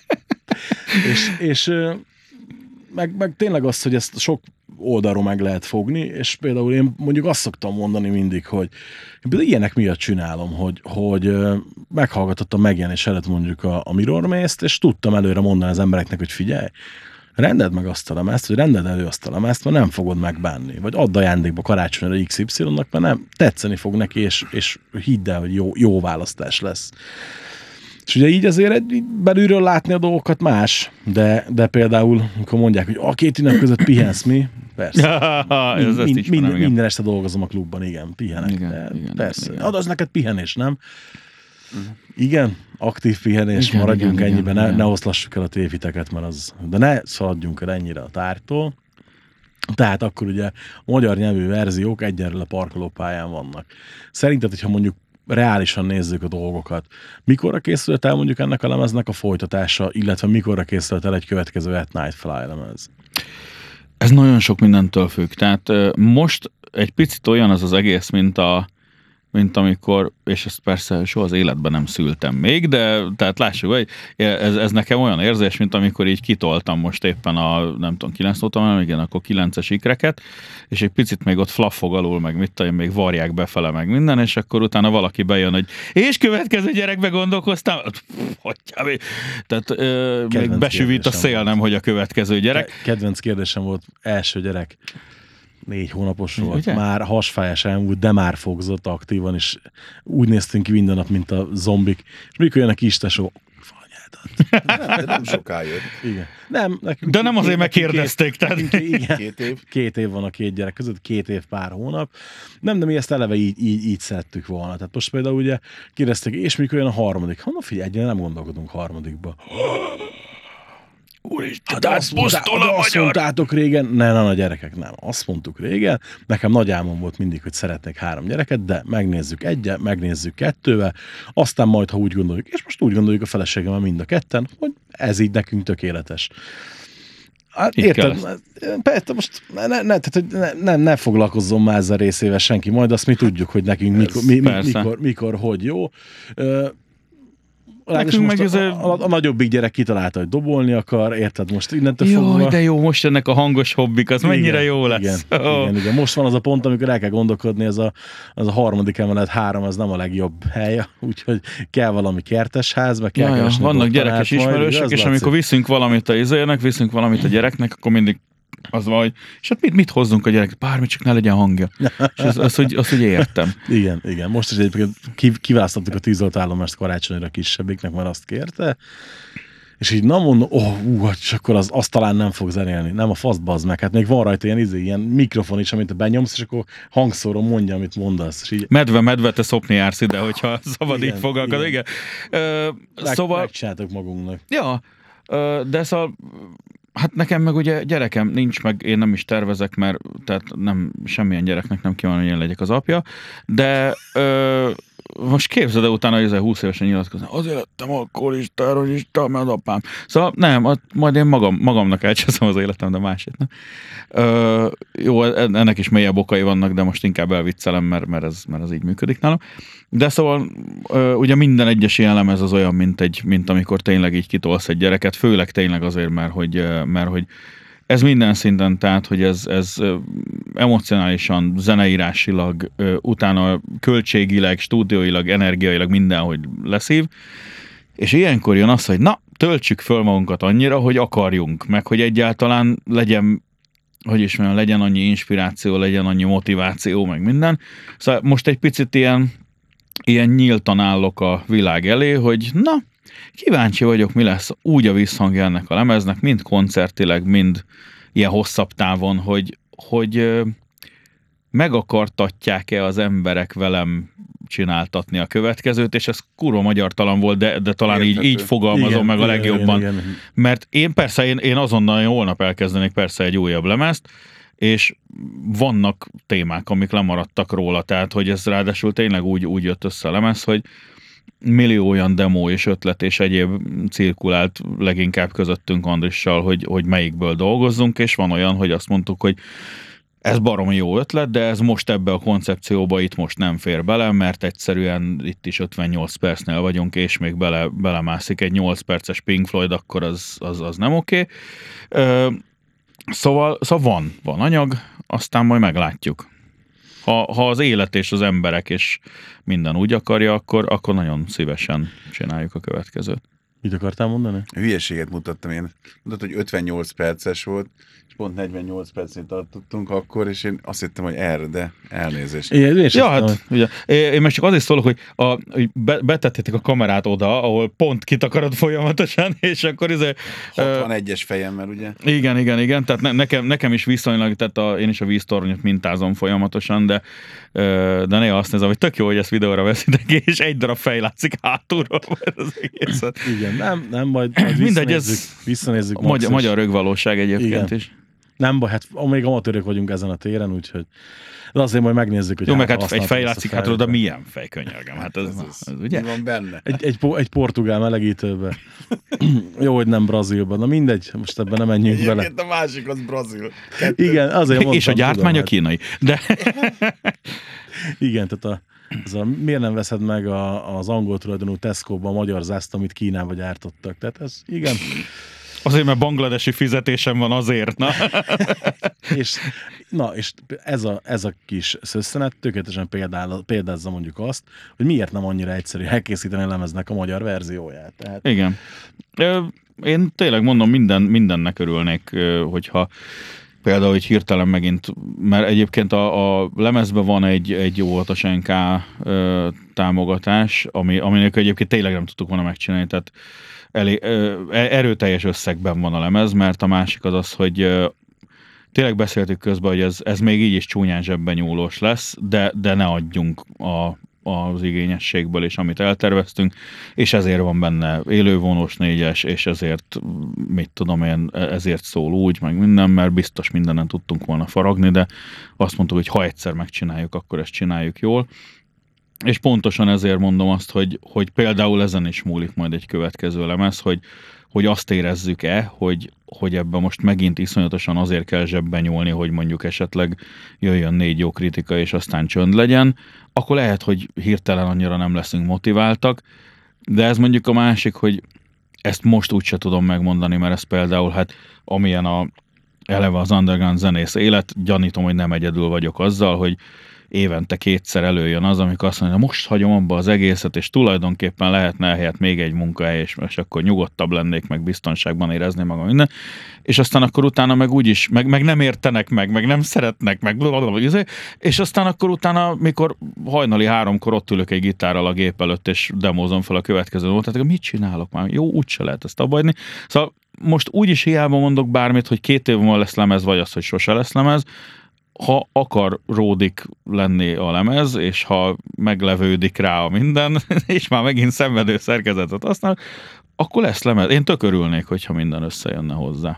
Speaker 3: és, és meg, meg tényleg az, hogy ezt sok oldalról meg lehet fogni, és például én mondjuk azt szoktam mondani mindig, hogy ilyenek miatt csinálom, hogy, hogy meghallgatottam megjelenés előtt mondjuk a, a Mirror Maze-t, és tudtam előre mondani az embereknek, hogy figyelj, rendeld meg azt a lemezt, vagy rendeld elő azt a lemezt, mert nem fogod megbánni. Vagy add ajándékba karácsonyra iksz ipszilonnak, mert nem tetszeni fog neki, és, és hidd el, hogy jó, jó választás lesz. És ugye így azért egy, belülről látni a dolgokat más, de, de például, amikor mondják, hogy a két ünnep között pihensz mi, persze.
Speaker 2: Ja,
Speaker 3: mind,
Speaker 2: mind,
Speaker 3: mind, minden, minden este dolgozom a klubban, igen, pihenek.
Speaker 2: Igen, igen,
Speaker 3: persze.
Speaker 2: igen.
Speaker 3: Ad az neked pihenés, nem? Uh-huh. Igen, aktív pihenés, igen, maradjunk igen, ennyiben, igen, ne, igen. ne oszlassuk el a téviteket, mert az, de ne szaladjunk el ennyire a tártól. Tehát akkor ugye a magyar nyelvű verziók egyenről a parkolópályán vannak. Szerinted, hogyha mondjuk reálisan nézzük a dolgokat. Mikorra készült el mondjuk ennek a lemeznek a folytatása, illetve mikorra készült el egy következő At Night Fly lemez?
Speaker 2: Ez nagyon sok mindentől függ. Tehát most egy picit olyan az az egész, mint a mint amikor, és ezt persze soha az életben nem szültem még, de tehát lássuk, hogy ez, ez nekem olyan érzés, mint amikor így kitoltam most éppen a, nem tudom, kilenc óta, igen, akkor kilences ikreket, és egy picit még ott flaffog alul, meg mit tudom, még varják befele, meg minden, és akkor utána valaki bejön, hogy és következő gyerekbe gondolkoztam? Hogyan? Tehát ö, még besüvít a szél, nem, hogy a következő gyerek.
Speaker 3: Kedvenc kérdésem volt, első gyerek. Négy hónapos volt,
Speaker 2: ugye? Már
Speaker 3: hasfájás elmúlt, de már fogzott aktívan, és úgy néztünk ki minden nap, mint a zombik. És mikor jön a kis tesó,
Speaker 1: nem, de nem soká jött.
Speaker 3: Igen. Nem, nekünk
Speaker 2: de nem azért megkérdezték.
Speaker 3: Két, két, két év. Két év van a két gyerek között, két év, pár hónap. Nem, de mi ezt eleve így, így, így szerettük volna. Tehát most például ugye kérdezték, és mikor jön a harmadik? Ha, na figyelj, egyre nem gondolkodunk harmadikba.
Speaker 2: Úristen,
Speaker 3: hát azt, mondtá, azt mondtátok régen, ne, ne, ne, gyerekek, nem. Azt mondtuk régen, nekem nagy álmom volt mindig, hogy szeretnék három gyereket, de megnézzük egyet, megnézzük kettővel, aztán majd, ha úgy gondoljuk, és most úgy gondoljuk a feleségemmel mind a ketten, hogy ez így nekünk tökéletes. Hát, érted? Persze, most ne, ne, ne, tehát, ne, ne, ne foglalkozzon már ezzel részével senki, majd azt mi tudjuk, hogy nekünk mikor, mi, mi, mikor, mikor, hogy jó.
Speaker 2: Nekünk meg ez
Speaker 3: a, a, a nagyobbik gyerek kitalálta, hogy dobolni akar, érted most innentől fogva.
Speaker 2: Jaj, de jó, most ennek a hangos hobbik, az
Speaker 3: igen,
Speaker 2: mennyire jó lesz.
Speaker 3: Igen, oh. igen, igen, most van az a pont, amikor el kell gondolkodni, ez a, az a harmadik emelet három, az nem a legjobb helye, úgyhogy kell valami kertes ház, meg kell
Speaker 2: ja, vannak gyerekes ismerősök,
Speaker 3: majd,
Speaker 2: és amikor viszünk valamit a izének, viszünk valamit a gyereknek, akkor mindig az van, hogy és hát mit, mit hozzunk a gyerek? Bármi, csak ne legyen hangja. És azt, azt, hogy, azt, hogy értem.
Speaker 3: Igen, igen. Most is egyébként kiválasztottuk a tűzoltállomást karácsonyra kisebbiknek, mert azt kérte. És így na mondom, oh, ú, és akkor az, az talán nem fog zenélni. Nem, a fasz bazd meg. Hát még van rajta ilyen, izé, ilyen mikrofon is, amit benyomsz, és akkor hangszóró mondja, amit mondasz. És így...
Speaker 2: Medve, medve, te szopni jársz ide, hogyha szabad igen, így fogalkod. Igen. Igen. Ö,
Speaker 3: Meg,
Speaker 2: szóval...
Speaker 3: Megcsináltok magunknak.
Speaker 2: Ja, ö, de szóval hát nekem meg ugye gyerekem nincs, meg én nem is tervezek, mert tehát nem, semmilyen gyereknek nem kívánom, hogy én legyek az apja, de ö, most képzeld el utána, hogy ezzel húsz évesen nyilatkozni. Azért lettem alkoholista, terrorista, mert az apám. Szóval nem, majd én magam, magamnak elcseszem az életem, de másét nem. Ö, jó, ennek is mélyebb okai vannak, de most inkább elviccelem, mert, mert, ez, mert ez így működik nálam. De szóval ö, ugye minden egyes ilyen lemez az olyan, mint, egy, mint amikor tényleg így kitolsz egy gyereket, főleg tényleg azért, mert hogy, mert hogy ez minden szinten, tehát, hogy ez, ez emocionálisan, zeneírásilag, utána költségileg, stúdióilag, energiailag mindenhogy leszív, és ilyenkor jön az, hogy na, töltsük föl magunkat annyira, hogy akarjunk, meg hogy egyáltalán legyen, hogy is mondjam, legyen annyi inspiráció, legyen annyi motiváció, meg minden. Szóval most egy picit ilyen, ilyen nyíltan állok a világ elé, hogy na, kíváncsi vagyok, mi lesz úgy a visszhangja ennek a lemeznek, mind koncertileg, mind ilyen hosszabb távon, hogy, hogy megakartatják-e az emberek velem csináltatni a következőt, és ez kurva magyartalan volt, de, de talán így, így fogalmazom igen, meg a legjobban. Igen, igen. Mert én persze, én, én azonnal holnap elkezdenék persze egy újabb lemezt, és vannak témák, amik lemaradtak róla, tehát hogy ez ráadásul tényleg úgy, úgy jött össze a lemez, hogy millió olyan demo és ötlet és egyéb cirkulált leginkább közöttünk Andrissal, hogy, hogy melyikből dolgozzunk, és van olyan, hogy azt mondtuk, hogy ez baromi jó ötlet, de ez most ebbe a koncepcióba itt most nem fér bele, mert egyszerűen itt is ötvennyolc percnél vagyunk, és még bele, belemászik egy nyolc perces Pink Floyd, akkor az, az, az nem oké. Okay. Szóval, szóval van, van anyag, aztán majd meglátjuk. Ha, ha az élet és az emberek és minden úgy akarja, akkor, akkor nagyon szívesen csináljuk a következőt.
Speaker 3: Mit akartál mondani?
Speaker 1: Hülyeséget mutattam én. Mondtad, hogy ötvennyolc perces volt, és pont negyvennyolc percet tartottunk akkor, és én azt hittem, hogy erre, de elnézést.
Speaker 2: Igen, ja, hát, ugye, én meg csak azért szólok, hogy, a, hogy be, betettétek a kamerát oda, ahol pont kitakarod folyamatosan, és akkor ez...
Speaker 1: hatvanegyes fejemmel, ugye?
Speaker 2: Igen, igen, igen, tehát ne, nekem, nekem is viszonylag, tehát a, én is a víztornyot mintázom folyamatosan, de, de néha azt nézem, hogy tök jó, hogy ezt videóra veszitek, és egy darab fej látszik hátulról, mert az egészet.
Speaker 3: Igen, nem, nem, majd, majd
Speaker 2: mindegy, ez
Speaker 3: visszanézzük.
Speaker 2: A magyar, magyar rögvalóság egyébként igen. is.
Speaker 3: Nem baj, hát még amatőrök vagyunk ezen a téren, úgyhogy de azért majd megnézzük, hogy...
Speaker 2: Jó, meg hát egy fej látszik hátulról, de milyen fej, könyörgem, hát ez, ez, ez ugye?
Speaker 1: Mi van benne?
Speaker 3: Egy, egy, egy portugál melegítőbe. Jó, hogy nem Brazílban, na mindegy, most ebben nem menjünk
Speaker 1: egyébként
Speaker 3: bele.
Speaker 1: A másik az brazil. Kettő.
Speaker 3: Igen, azért mondtam.
Speaker 2: És a gyártmány a kínai. De...
Speaker 3: Igen, tehát a, az a, miért nem veszed meg a, az angol tulajdonú Tesco-ban a magyar zászt, amit Kínába gyártottak. Tehát ez, igen...
Speaker 2: Azért, mert bangladesi fizetésem van azért, na.
Speaker 3: és, na, és ez a, ez a kis szösszenet tökéletesen példál, példázza mondjuk azt, hogy miért nem annyira egyszerű elkészíteni a lemeznek a magyar verzióját. Tehát...
Speaker 2: Igen. Én tényleg mondom, minden, mindennek örülnék, hogyha például, hogy hirtelen megint, mert egyébként a, a lemezben van egy, egy óvatos en ká támogatás, ami, aminek egyébként tényleg nem tudtuk volna megcsinálni, tehát elég, erőteljes összegben van a lemez, mert a másik az az, hogy tényleg beszéltük közben, hogy ez, ez még így is csúnyán zsebben nyúlós lesz, de, de ne adjunk a, az igényességből, és amit elterveztünk, és ezért van benne élővonós négyes, és ezért, mit tudom én, ezért szól úgy, meg minden, mert biztos mindenen tudtunk volna faragni, de azt mondtuk, hogy ha egyszer megcsináljuk, akkor ezt csináljuk jól. És pontosan ezért mondom azt, hogy, hogy például ezen is múlik majd egy következő lemez, hogy, hogy azt érezzük-e, hogy, hogy ebben most megint iszonyatosan azért kell zsebben nyúlni, hogy mondjuk esetleg jöjjön négy jó kritika, és aztán csönd legyen, akkor lehet, hogy hirtelen annyira nem leszünk motiváltak, De ez mondjuk a másik, hogy ezt most úgyse tudom megmondani, mert ez például, hát amilyen a eleve az underground zenész élet, gyanítom, hogy nem egyedül vagyok azzal, hogy évente kétszer előjön az, amikor azt mondja, most hagyom abba az egészet, és tulajdonképpen lehetne ehelyett még egy munkahely, és, és akkor nyugodtabb lennék, meg biztonságban érezni magam minden. És aztán akkor utána meg úgyis, meg, meg nem értenek meg, meg nem szeretnek, meg blablabla, és aztán akkor utána, mikor hajnali háromkor ott ülök egy gitárral a gép előtt, és demózom fel a következő nótát, tehát mit csinálok már? Jó, úgyse lehet ezt abbahagyni. Szóval most úgyis hiába mondok bármit, hogy két év múlva lesz lemez, vagy az, hogy sose lesz lemez, ha akaródik lenni a lemez, és ha meglevődik rá a minden, és már megint szenvedő szerkezetet használ, akkor lesz lemez. Én tök örülnék, hogyha minden összejönne hozzá.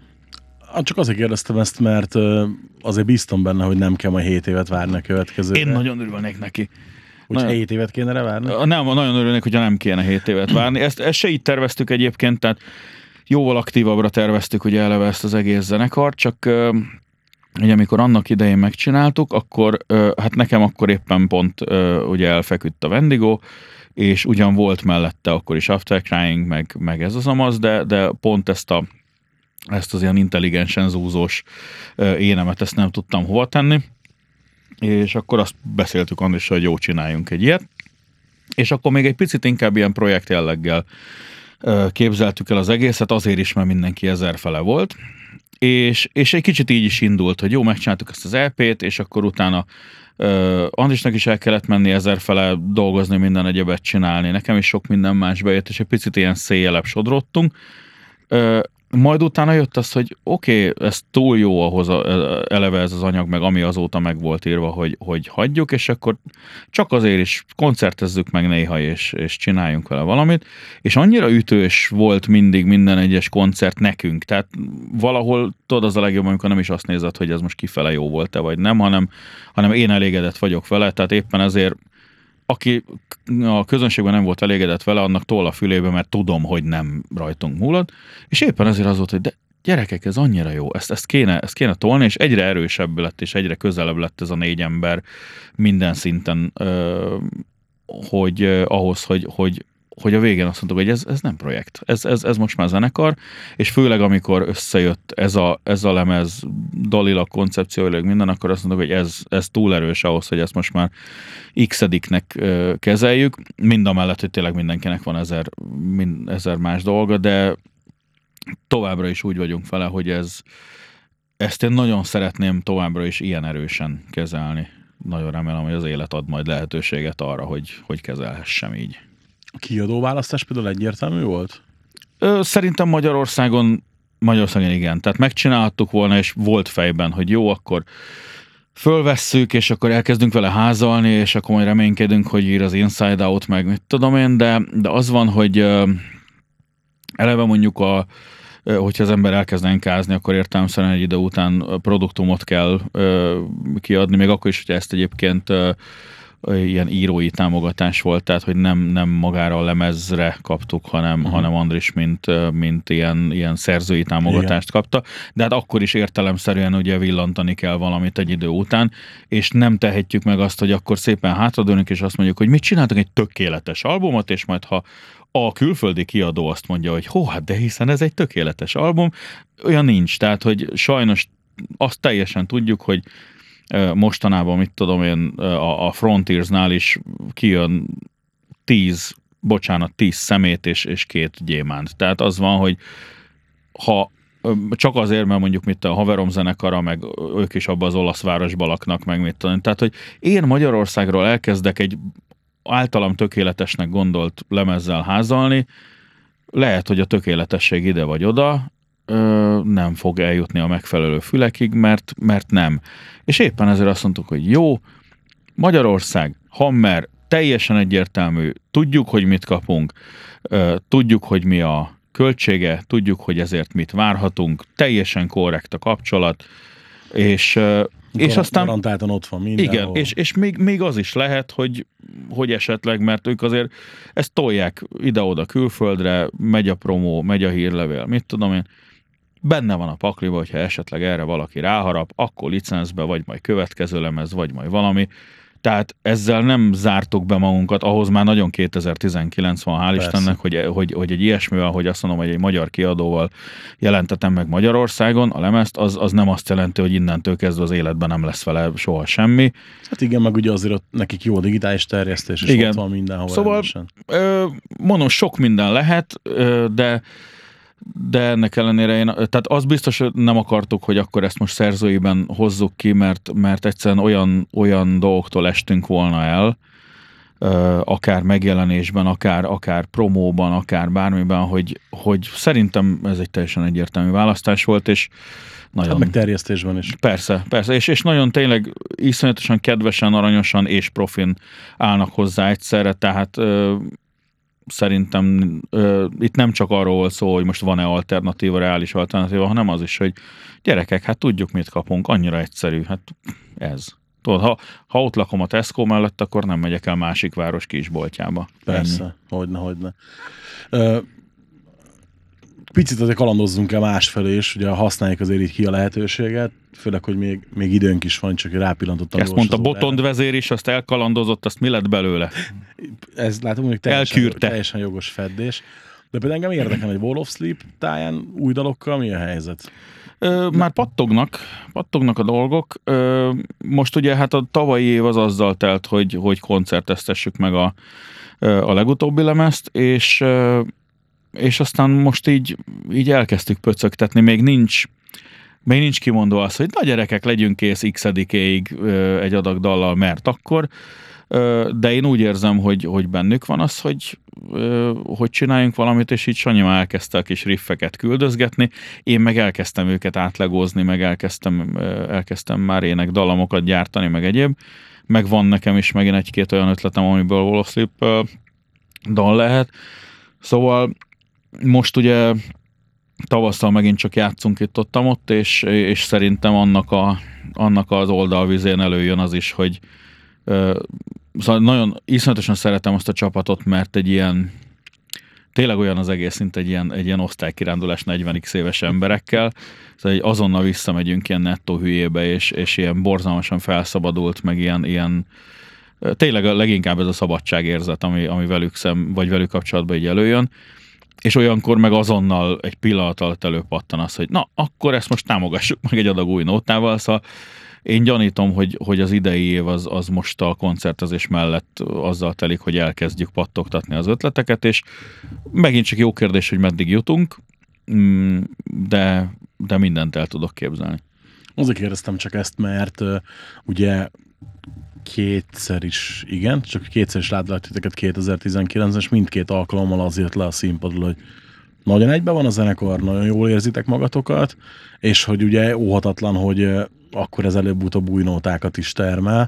Speaker 3: Csak azért kérdeztem ezt, mert azért bíztam benne, hogy nem kell majd hét évet várni a következőre.
Speaker 2: Én nagyon örülnék neki.
Speaker 3: Úgy nagyon... hét évet kéne rá várni?
Speaker 2: Nem, nagyon örülnék, hogyha nem kéne hét évet várni. Ezt, ezt se így terveztük egyébként, tehát jóval aktívabbra terveztük ugye eleve ezt az egész zenekart, csak ugye amikor annak idején megcsináltuk, akkor hát nekem akkor éppen pont ugye elfeküdt a Wendigo, és ugyan volt mellette akkor is After Crying, meg, meg ez az amaz, de, de pont ezt a ezt az ilyen intelligensen zúzós énemet, ezt nem tudtam hova tenni, és akkor azt beszéltük Andris, hogy jó, csináljunk egy ilyet, és akkor még egy picit inkább ilyen projekt jelleggel képzeltük el az egészet, azért is, mert mindenki ezerfele volt, és, és egy kicsit így is indult, hogy jó, megcsináltuk ezt az é pét, és akkor utána uh, Andrisnak is el kellett menni ezerfele dolgozni, minden egyebet csinálni, nekem is sok minden más bejött, és egy picit ilyen széjjelebb sodródtunk. Uh, majd utána jött az, hogy oké, okay, ez túl jó ahhoz a, eleve ez az anyag, meg ami azóta meg volt írva, hogy, hogy hagyjuk, és akkor csak azért is koncertezzük meg néha, és, és csináljunk vele valamit, és annyira ütős volt mindig minden egyes koncert nekünk, tehát valahol tudod, az a legjobb, amikor nem is azt nézed, hogy ez most kifele jó volt-e, vagy nem, hanem, hanem én elégedett vagyok vele, tehát éppen ezért aki a közönségben nem volt elégedett vele, annak toll a fülébe, mert tudom, hogy nem rajtunk múlott, és éppen azért az volt, hogy de gyerekek, ez annyira jó, ezt, ezt, kéne, ezt kéne tolni, és egyre erősebb lett, és egyre közelebb lett ez a négy ember minden szinten, eh, hogy eh, ahhoz, hogy, hogy, hogy a végén azt mondtuk, hogy ez, ez nem projekt, ez, ez, ez most már zenekar, és főleg amikor összejött ez a, ez a lemez, Dalila koncepcióilag minden, akkor azt mondtuk, hogy ez, ez túl erős ahhoz, hogy ezt most már x-ediknek kezeljük, mind a mellett, hogy tényleg mindenkinek van ezer, mind, ezer más dolga, de továbbra is úgy vagyunk vele, hogy ez, ezt én nagyon szeretném továbbra is ilyen erősen kezelni. Nagyon remélem, hogy az élet ad majd lehetőséget arra, hogy, hogy kezelhessem így.
Speaker 3: A kiadó választás például egyértelmű volt?
Speaker 2: Ö, szerintem Magyarországon, Magyarországon igen. Tehát megcsinálhattuk volna, és volt fejben, hogy jó, akkor fölvesszük, és akkor elkezdünk vele házalni, és akkor majd reménykedünk, hogy ír az Inside Out, meg mit tudom én, de, de az van, hogy ö, eleve mondjuk a hogyha az ember elkezd enkázni, akkor értelemszerűen egy idő után produktumot kell ö, kiadni, még akkor is, hogyha ezt egyébként ö, ilyen írói támogatás volt, tehát hogy nem, nem magára a lemezre kaptuk, hanem, uh-huh. hanem Andris, mint, mint ilyen, ilyen szerzői támogatást igen. kapta, de hát akkor is értelemszerűen ugye villantani kell valamit egy idő után, és nem tehetjük meg azt, hogy akkor szépen hátradőlünk, és azt mondjuk, hogy mit csináltunk egy tökéletes albumot, és majd ha a külföldi kiadó azt mondja, hogy hó, hát de hiszen ez egy tökéletes album, olyan nincs, tehát hogy sajnos azt teljesen tudjuk, hogy mostanában, mit tudom én, a Frontiersnál is kijön tíz, bocsánat, tíz szemét és, és két gyémánt. Tehát az van, hogy ha csak azért, mert mondjuk mit a haverom zenekara, meg ők is abban az olasz városban laknak, meg mit tudom. Tehát, hogy én Magyarországról elkezdek egy általam tökéletesnek gondolt lemezzel házalni, lehet, hogy a tökéletesség ide vagy oda, Ö, nem fog eljutni a megfelelő fülekig, mert, mert nem. És éppen ezért azt mondtuk, hogy jó, Magyarország, Hammer, teljesen egyértelmű, tudjuk, hogy mit kapunk, ö, tudjuk, hogy mi a költsége, tudjuk, hogy ezért mit várhatunk, teljesen korrekt a kapcsolat, és, ö, és aztán...
Speaker 3: Garantáltan ott van minden.
Speaker 2: Igen, és, és még, még az is lehet, hogy, hogy esetleg, mert ők azért ezt tolják ide-oda külföldre, megy a promó, megy a hírlevél, mit tudom én, benne van a pakliba, hogyha esetleg erre valaki ráharap, akkor licencbe, vagy majd következő lemez, vagy majd valami. Tehát ezzel nem zártuk be magunkat, ahhoz már nagyon kétezer-tizenkilenc van, hál'
Speaker 3: Persze.
Speaker 2: Istennek, hogy, hogy, hogy egy ilyesmivel, hogy azt mondom, hogy egy magyar kiadóval jelentetem meg Magyarországon a lemezt, az, az nem azt jelenti, hogy innentől kezdve az életben nem lesz vele soha semmi.
Speaker 3: Hát igen, meg ugye azért ott nekik jó digitális terjesztés, és
Speaker 2: Igen.
Speaker 3: ott van mindenhol.
Speaker 2: Szóval,
Speaker 3: rendesen.
Speaker 2: ö, mondom, sok minden lehet, ö, de de ennek ellenére én, tehát az biztos, hogy nem akartuk, hogy akkor ezt most szerzőiben hozzuk ki, mert, mert egyszerűen olyan, olyan dolgoktól estünk volna el, akár megjelenésben, akár, akár promóban, akár bármiben, hogy, hogy szerintem ez egy teljesen egyértelmű választás volt, és nagyon...
Speaker 3: Hát meg terjesztésben is.
Speaker 2: Persze, persze, és, és nagyon tényleg iszonyatosan kedvesen, aranyosan és profin állnak hozzá egyszerre, tehát szerintem ö, itt nem csak arról volt szó, hogy most van-e alternatíva, reális alternatíva, hanem az is, hogy gyerekek, hát tudjuk, mit kapunk, annyira egyszerű, hát ez. Tudod, ha, ha ott lakom a Tesco mellett, akkor nem megyek el másik város kisboltjába.
Speaker 3: Persze,
Speaker 2: Ennyi.
Speaker 3: hogyne, hogyne. Ö, picit azért kalandozzunk el másfelé is, ugye használjuk azért így ki a lehetőséget, főleg, hogy még, még időnk is van, csak rápillantottam.
Speaker 2: Ezt mondta Botond vezér is, azt elkalandozott, azt mi lett belőle?
Speaker 3: Ez látom, hogy teljesen,
Speaker 2: Elkürte.
Speaker 3: teljesen jogos feddés. De például engem érdekel, hogy Wall of Sleep táján új dalokkal mi a helyzet?
Speaker 2: Ö, már pattognak, pattognak a dolgok. Ö, most ugye hát a tavalyi év az azzal telt, hogy, hogy koncerteztessük meg a, a legutóbbi lemezt, és, és aztán most így, így elkezdtük pöcögtetni, még nincs még nincs kimondva az, hogy na gyerekek, legyünk kész x-edikéig egy adag dallal, mert akkor, de én úgy érzem, hogy, hogy bennük van az, hogy, hogy csináljunk valamit, és így Sanyi már elkezdte a kis riffeket küldözgetni, én meg elkezdtem őket átlegózni, meg elkezdtem, elkezdtem már ének dalamokat gyártani, meg egyéb, meg van nekem is megint egy-két olyan ötletem, amiből Wall of Sleep dal lehet. Szóval most ugye tavasszal megint csak játszunk itt-ott, és, és szerintem annak, a, annak az oldalvizén előjön az is, hogy ö, szóval nagyon iszonyatosan szeretem azt a csapatot, mert egy ilyen, tényleg olyan az egész, mint egy ilyen, egy ilyen osztálykirándulás negyven éves emberekkel, szóval azonnal visszamegyünk ilyen nettó hülyébe, és, és ilyen borzalmasan felszabadult, meg ilyen, ilyen tényleg leginkább ez a szabadságérzet, ami, ami velük szem, vagy velük kapcsolatban így előjön. És olyankor meg azonnal egy pillanat alatt előpattan az, hogy na, akkor ezt most támogassuk meg egy adag új nótával, szóval én gyanítom, hogy, hogy az idei év az, az most a koncertezés mellett azzal telik, hogy elkezdjük pattogtatni az ötleteket, és megint csak jó kérdés, hogy meddig jutunk, de, de mindent el tudok képzelni.
Speaker 3: Azért kérdeztem csak ezt, mert uh, ugye kétszer is, igen, csak kétszer is látlak titeket kétezer-tizenkilencben, és mindkét alkalommal az jött le a színpadról, hogy nagyon egyben van a zenekar, nagyon jól érzitek magatokat, és hogy ugye óhatatlan, hogy akkor ez előbb-utóbb új nótákat is termel.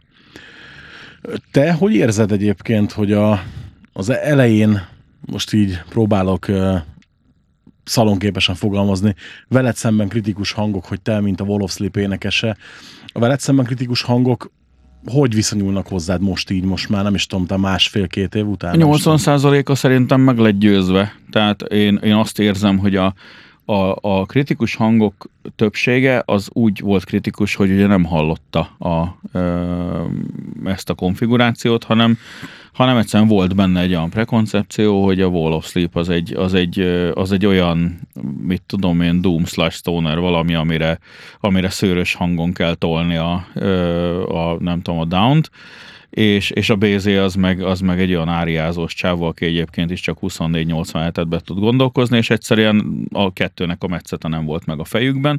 Speaker 3: Te hogy érzed egyébként, hogy a, az elején, most így próbálok uh, szalonképesen fogalmazni, veled szemben kritikus hangok, hogy te, mint a Wall of Sleep énekese, a veled szemben kritikus hangok hogy viszonyulnak hozzád most így, most már nem is tudom, te másfél-két év után?
Speaker 2: nyolcvan százaléka szerintem meg lett győzve. Tehát én, én azt érzem, hogy a, a, a kritikus hangok többsége az úgy volt kritikus, hogy ugye nem hallotta a, ö, ezt a konfigurációt, hanem, hanem egyszerűen volt benne egy olyan prekoncepció, hogy a Wall of Sleep az egy, az egy, az egy olyan, mit tudom én, Doom slash Stoner valami, amire, amire szőrös hangon kell tolni a, a nem tudom, a Down-t, és, és a bé zé az meg, az meg egy olyan áriázós csávó, aki egyébként is csak huszonnégy nyolcvanhetet be tud gondolkozni, és egyszerűen a kettőnek a metszete nem volt meg a fejükben.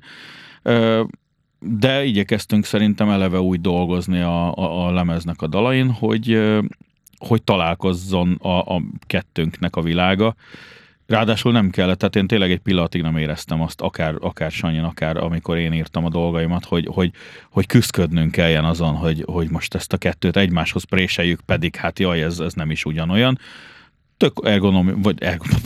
Speaker 2: De igyekeztünk szerintem eleve úgy dolgozni a, a, a lemeznek a dalain, hogy, hogy találkozzon a, a kettőnknek a világa. Ráadásul nem kellett, tehát én tényleg egy pillanatig nem éreztem azt, akár, akár Sanyin, akár amikor én írtam a dolgaimat, hogy, hogy, hogy küszködnünk kelljen azon, hogy, hogy most ezt a kettőt egymáshoz préseljük, pedig hát jaj, ez, ez nem is ugyanolyan. Tök ergonomi, vagy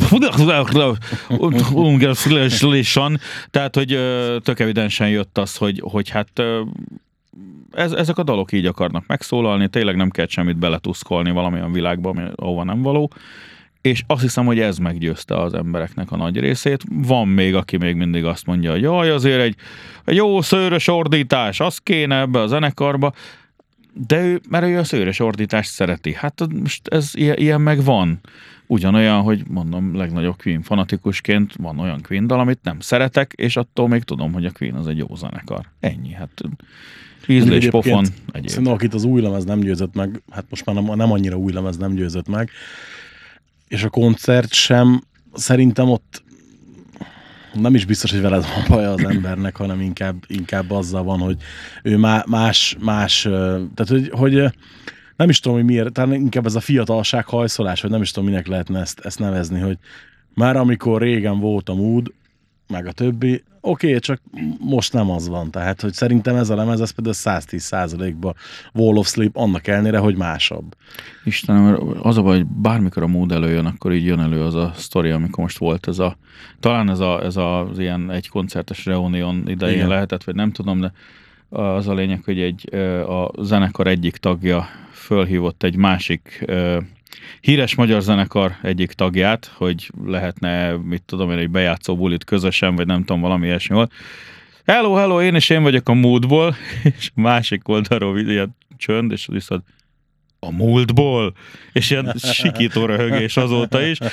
Speaker 2: ergonomisan, tehát, hogy tök evidensen jött az, hogy, hogy hát ez, ezek a dalok így akarnak megszólalni, tényleg nem kell semmit beletuszkolni valamilyen világba, ahova nem való. És azt hiszem, hogy ez meggyőzte az embereknek a nagy részét. Van még, aki még mindig azt mondja, hogy jaj, azért egy, egy jó szőrös ordítás, az kéne ebbe a zenekarba. de ő, mert ő a szőrös ordítást szereti. Hát most ez ilyen, ilyen meg van. Ugyanolyan, hogy mondom, legnagyobb Queen fanatikusként van olyan Queen dal, amit nem szeretek, és attól még tudom, hogy a Queen az egy jó zenekar. Ennyi, hát ízlés, pofon, egyéb.
Speaker 3: Szerintem akit az új lemez nem győzött meg, hát most már nem, nem annyira új lemez nem győzött meg, és a koncert sem, szerintem ott nem is biztos, hogy veled van baj az embernek, hanem inkább, inkább azzal van, hogy ő má, más, más, tehát hogy, hogy nem is tudom, hogy miért, talán inkább ez a fiatalság hajszolás, vagy nem is tudom, minek lehetne ezt, ezt nevezni, hogy már amikor régen volt a mood, meg a többi, oké, okay, csak most nem az van. Tehát, hogy szerintem ez a lemez, ez például száztíz százalékban Wall of Sleep, annak ellenére, hogy másabb.
Speaker 2: Istenem, az a baj, hogy bármikor a mood előjön, akkor így jön elő az a sztori, amikor most volt ez a, talán ez, a, ez az ilyen egy koncertes reunión idején igen. lehetett, vagy nem tudom, de az a lényeg, hogy egy, a zenekar egyik tagja fölhívott egy másik híres magyar zenekar egyik tagját, hogy lehetne, mit tudom én, egy bejátszó bulit közösen, vagy nem tudom, valami ilyesmi volt. Hello, hello, én is én vagyok a Moodból, és a másik oldalról ilyen csönd, és viszont a múltból, és ilyen sikító röhögés azóta is.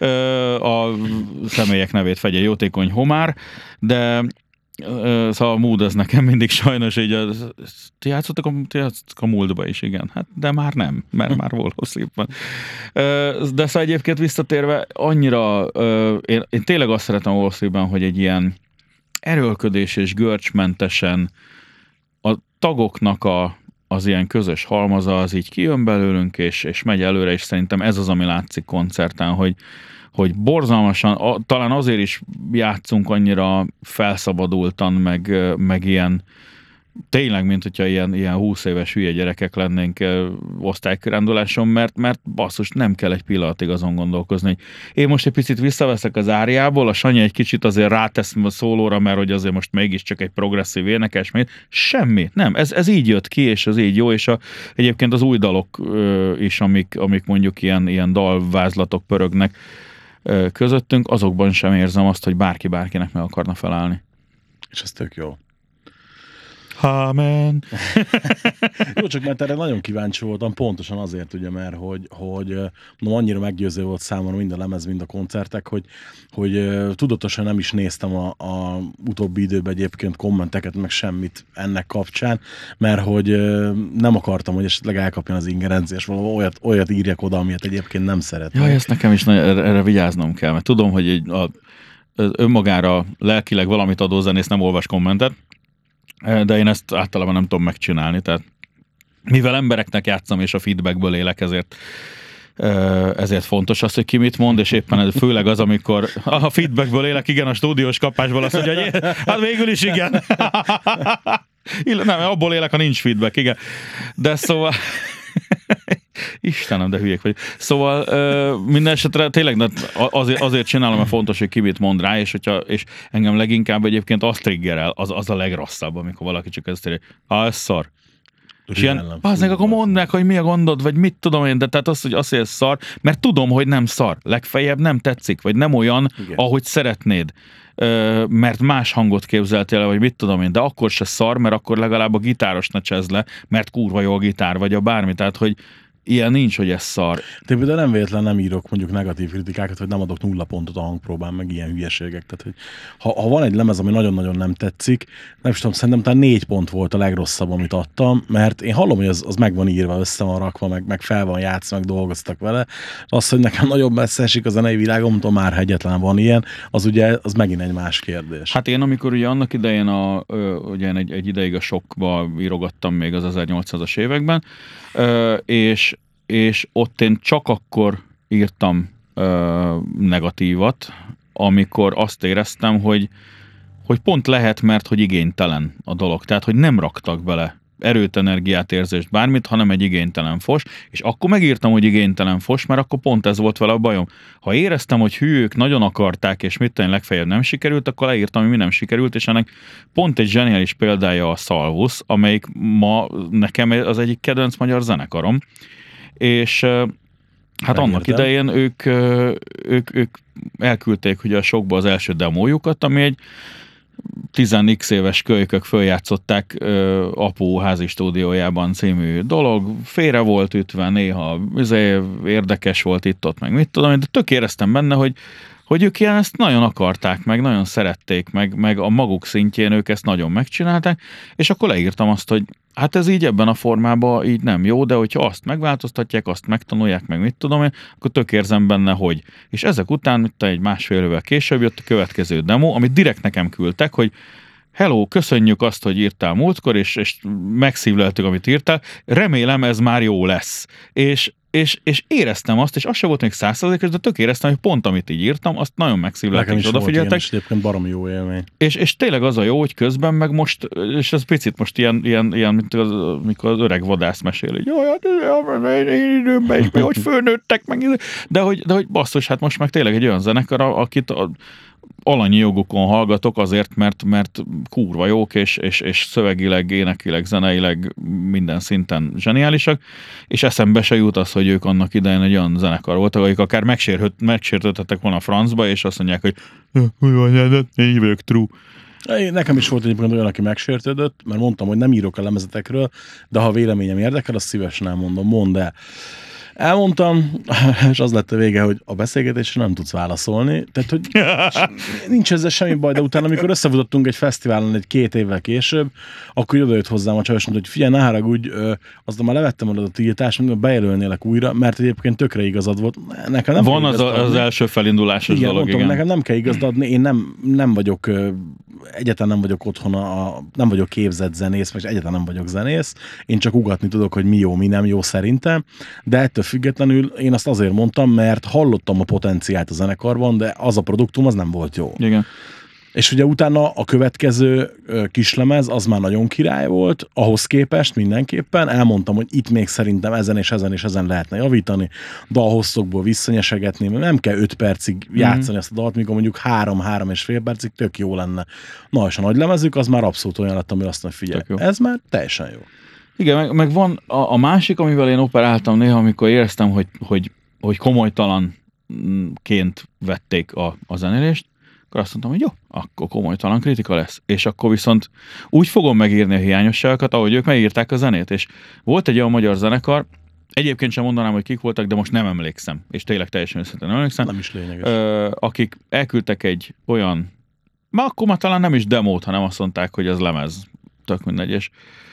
Speaker 2: A személyek nevét fegye Jótékony Homár, de szóval a Mood az nekem mindig sajnos így az, ti játszottak a, ti játszottak a múltba is, igen. Hát, de már nem, mert már Wall of Sleep van. De szóval egyébként visszatérve, annyira, én, én tényleg azt szeretem a Wall of Sleepben, hogy egy ilyen erőlködés és görcsmentesen a tagoknak a, az ilyen közös halmaza, az így kijön belőlünk, és, és megy előre, és szerintem ez az, ami látszik koncerten, hogy hogy borzalmasan, a, talán azért is játszunk annyira felszabadultan, meg, meg ilyen, tényleg, mint hogyha ilyen, ilyen húsz éves hülye gyerekek lennénk osztálykiránduláson, mert, mert basszus, nem kell egy pillanatig azon gondolkozni, hogy én most egy picit visszaveszek az áriából, a Sanyi egy kicsit azért rátesz a szólóra, mert hogy azért most mégiscsak egy progresszív énekes, semmi, nem, ez, ez így jött ki, és ez így jó, és a, egyébként az új dalok ö, is, amik, amik mondjuk ilyen, ilyen dalvázlatok pörögnek közöttünk, azokban sem érzem azt, hogy bárki bárkinek meg akarna felállni.
Speaker 3: És ez tök jó.
Speaker 2: Amen.
Speaker 3: Jó, csak mert erre nagyon kíváncsi voltam, pontosan azért, ugye, mert hogy, hogy no, annyira meggyőző volt számomra mind a lemez, mind a koncertek, hogy, hogy tudatosan nem is néztem a, a utóbbi időben egyébként kommenteket, meg semmit ennek kapcsán, mert hogy nem akartam, hogy esetleg elkapjon az ingerencia, és valami olyat, olyat írjak oda, amilyet egyébként nem szeretnék.
Speaker 2: Jaj, ezt nekem is erre, erre vigyáznom kell, mert tudom, hogy egy, a, önmagára lelkileg valamit adó zenész nem olvas kommentet, de én ezt általában nem tudom megcsinálni, tehát mivel embereknek játszom és a feedbackből élek, ezért, ezért fontos az, hogy ki mit mond, és éppen főleg az, amikor a feedbackből élek, igen, a stúdiós kapásból azt mondja, hogy hát végül is igen. Nem, abból élek, ha nincs feedback, igen. De szóval... Istenem, de hülyék vagy. Szóval uh, minden esetre tényleg azért, azért csinálom, mert fontos, hogy ki mit mond rá, és, hogyha, és engem leginkább egyébként azt triggerel, az, az a legrosszabb, amikor valaki csak ezt írja, ah, ez szar. És ilyen, azért akkor mondd meg, hogy mi a gondod, vagy mit tudom én, de tehát az, hogy azt, hogy ez szar, mert tudom, hogy nem szar. Legfeljebb nem tetszik, vagy nem olyan, igen, ahogy szeretnéd. Mert más hangot képzeltél, vagy mit tudom én, de akkor se szar, mert akkor legalább a gitáros ne csezd le, mert kurva jó a gitár, vagy a bármi, tehát hogy ilyen nincs, hogy ez szar.
Speaker 3: Tényleg, de nem véletlen nem írok mondjuk negatív kritikákat, vagy nem adok nulla pontot a hangpróbán, meg ilyen hülyeségek. Tehát, hogy ha, ha van egy lemez, ami nagyon-nagyon nem tetszik, nem is tudom, szerintem talán négy pont volt a legrosszabb, amit adtam, mert én hallom, hogy az, az meg van írva, össze van rakva, meg, meg fel van játszva, meg dolgoztak vele. Az, hogy nekem nagyon messze esik a zenei világom, tudom, már egyetlen van ilyen, az ugye, az megint egy más kérdés.
Speaker 2: Hát én, amikor ugye annak idején a, ugye egy, egy ideig a Shockba írogattam még az ezernyolcszázas években, és és ott én csak akkor írtam ö, negatívat, amikor azt éreztem, hogy, hogy pont lehet, mert hogy igénytelen a dolog. Tehát, hogy nem raktak bele erőt, energiát, érzést, bármit, hanem egy igénytelen fos, és akkor megírtam, hogy igénytelen fos, mert akkor pont ez volt vele a bajom. Ha éreztem, hogy hűek nagyon akarták, és mit tenni legfeljebb nem sikerült, akkor leírtam, hogy mi nem sikerült, és ennek pont egy zseniális példája a Salvus, amelyik ma nekem az egyik kedvenc magyar zenekarom, és hát megértem. Annak idején ők, ők, ők elküldték ugye a Shockba az első demójukat, ami egy tíz x éves kölykök följátszották ö, apu házi stúdiójában című dolog, félre volt ütve, néha üzé, érdekes volt itt-ott, meg mit tudom, de tök éreztem benne, hogy, hogy ők ilyen ezt nagyon akarták, meg nagyon szerették, meg, meg a maguk szintjén ők ezt nagyon megcsinálták, és akkor leírtam azt, hogy hát ez így ebben a formában így nem jó, de hogyha azt megváltoztatják, azt megtanulják, meg mit tudom én, akkor tök érzem benne, hogy. És ezek után, mint egy másfél évvel később jött a következő demo, amit direkt nekem küldtek, hogy hello, köszönjük azt, hogy írtál múltkor, és, és megszívleltük, amit írtál, remélem ez már jó lesz. És És, és éreztem azt, és az sem volt még száz százalékos, de tök éreztem, hogy pont amit így írtam, azt nagyon megszívleltek, és odafigyeltek.
Speaker 3: És egyébként baromi jó élmény.
Speaker 2: És, és tényleg az a jó, hogy közben meg most, és ez picit most ilyen, ilyen, ilyen mint az, mikor az öreg vadász mesél, hogy jaj, hát én időmben is, hogy fölnőttek meg, de hogy, de hogy basszus, hát most meg tényleg egy olyan zenekar, akit a, alanyi jogukon hallgatok azért, mert, mert kurva jók, és, és, és szövegileg, énekileg, zeneileg minden szinten zseniálisak, és eszembe se jut az, hogy ők annak idején egy olyan zenekar voltak, akik akár megsértődhettek volna a francba, és azt mondják, hogy én vagyok true.
Speaker 3: Nekem is volt egyébként olyan, aki megsértődött, mert mondtam, hogy nem írok a lemezetekről, de ha véleményem érdekel, azt szívesen elmondom, mondd el. Elmondtam, és az lett a vége, hogy a beszélgetésre nem tudsz válaszolni, tehát, hogy nincs ezzel semmi baj, de utána, amikor összefutottunk egy fesztiválon egy-két évvel később, akkor odajött hozzám a csajos, mondta, hogy figyelj, ne haragudj, aztán már levettem oda a tiltást, mondom, bejelölnélek újra, mert egyébként tökre igazad volt. Nekem nem
Speaker 2: Van az, az első felindulásos
Speaker 3: igen,
Speaker 2: dolog,
Speaker 3: mondtam,
Speaker 2: igen.
Speaker 3: Nekem nem kell igazad adni, én nem, nem vagyok, egyáltalán nem vagyok otthon, a, nem vagyok képzett zenész, vagy egyáltalán nem vagyok zenész, én csak ugatni tudok, hogy mi jó, mi nem jó szerintem, de ettől függetlenül én azt azért mondtam, mert hallottam a potenciált a zenekarban, de az a produktum az nem volt jó.
Speaker 2: Igen.
Speaker 3: És ugye utána a következő kislemez az már nagyon király volt, ahhoz képest mindenképpen elmondtam, hogy itt még szerintem ezen és ezen és ezen lehetne javítani, dalhosszokból visszanyesegetni, mert nem kell öt percig játszani mm-hmm. ezt a dalt, mikor mondjuk három-három és fél percig tök jó lenne. Na, és a nagy lemezük az már abszolút olyan lett, ami azt mondja, figyelj, ez már teljesen jó.
Speaker 2: Igen, meg, meg van a, a másik, amivel én operáltam néha, amikor éreztem, hogy, hogy, hogy komolytalanként vették a, a zenélést, akkor azt mondtam, hogy jó, akkor komolytalan kritika lesz. És akkor viszont úgy fogom megírni a hiányosságokat, ahogy ők megírták a zenét. És volt egy olyan magyar zenekar, egyébként sem mondanám, hogy kik voltak, de most nem emlékszem, és tényleg teljesen őszintén nem emlékszem.
Speaker 3: Nem is lényeges.
Speaker 2: Ö, akik elküldtek egy olyan, ma akkor már talán nem is demót, hanem azt mondták, hogy az lemez, tök mindegy, és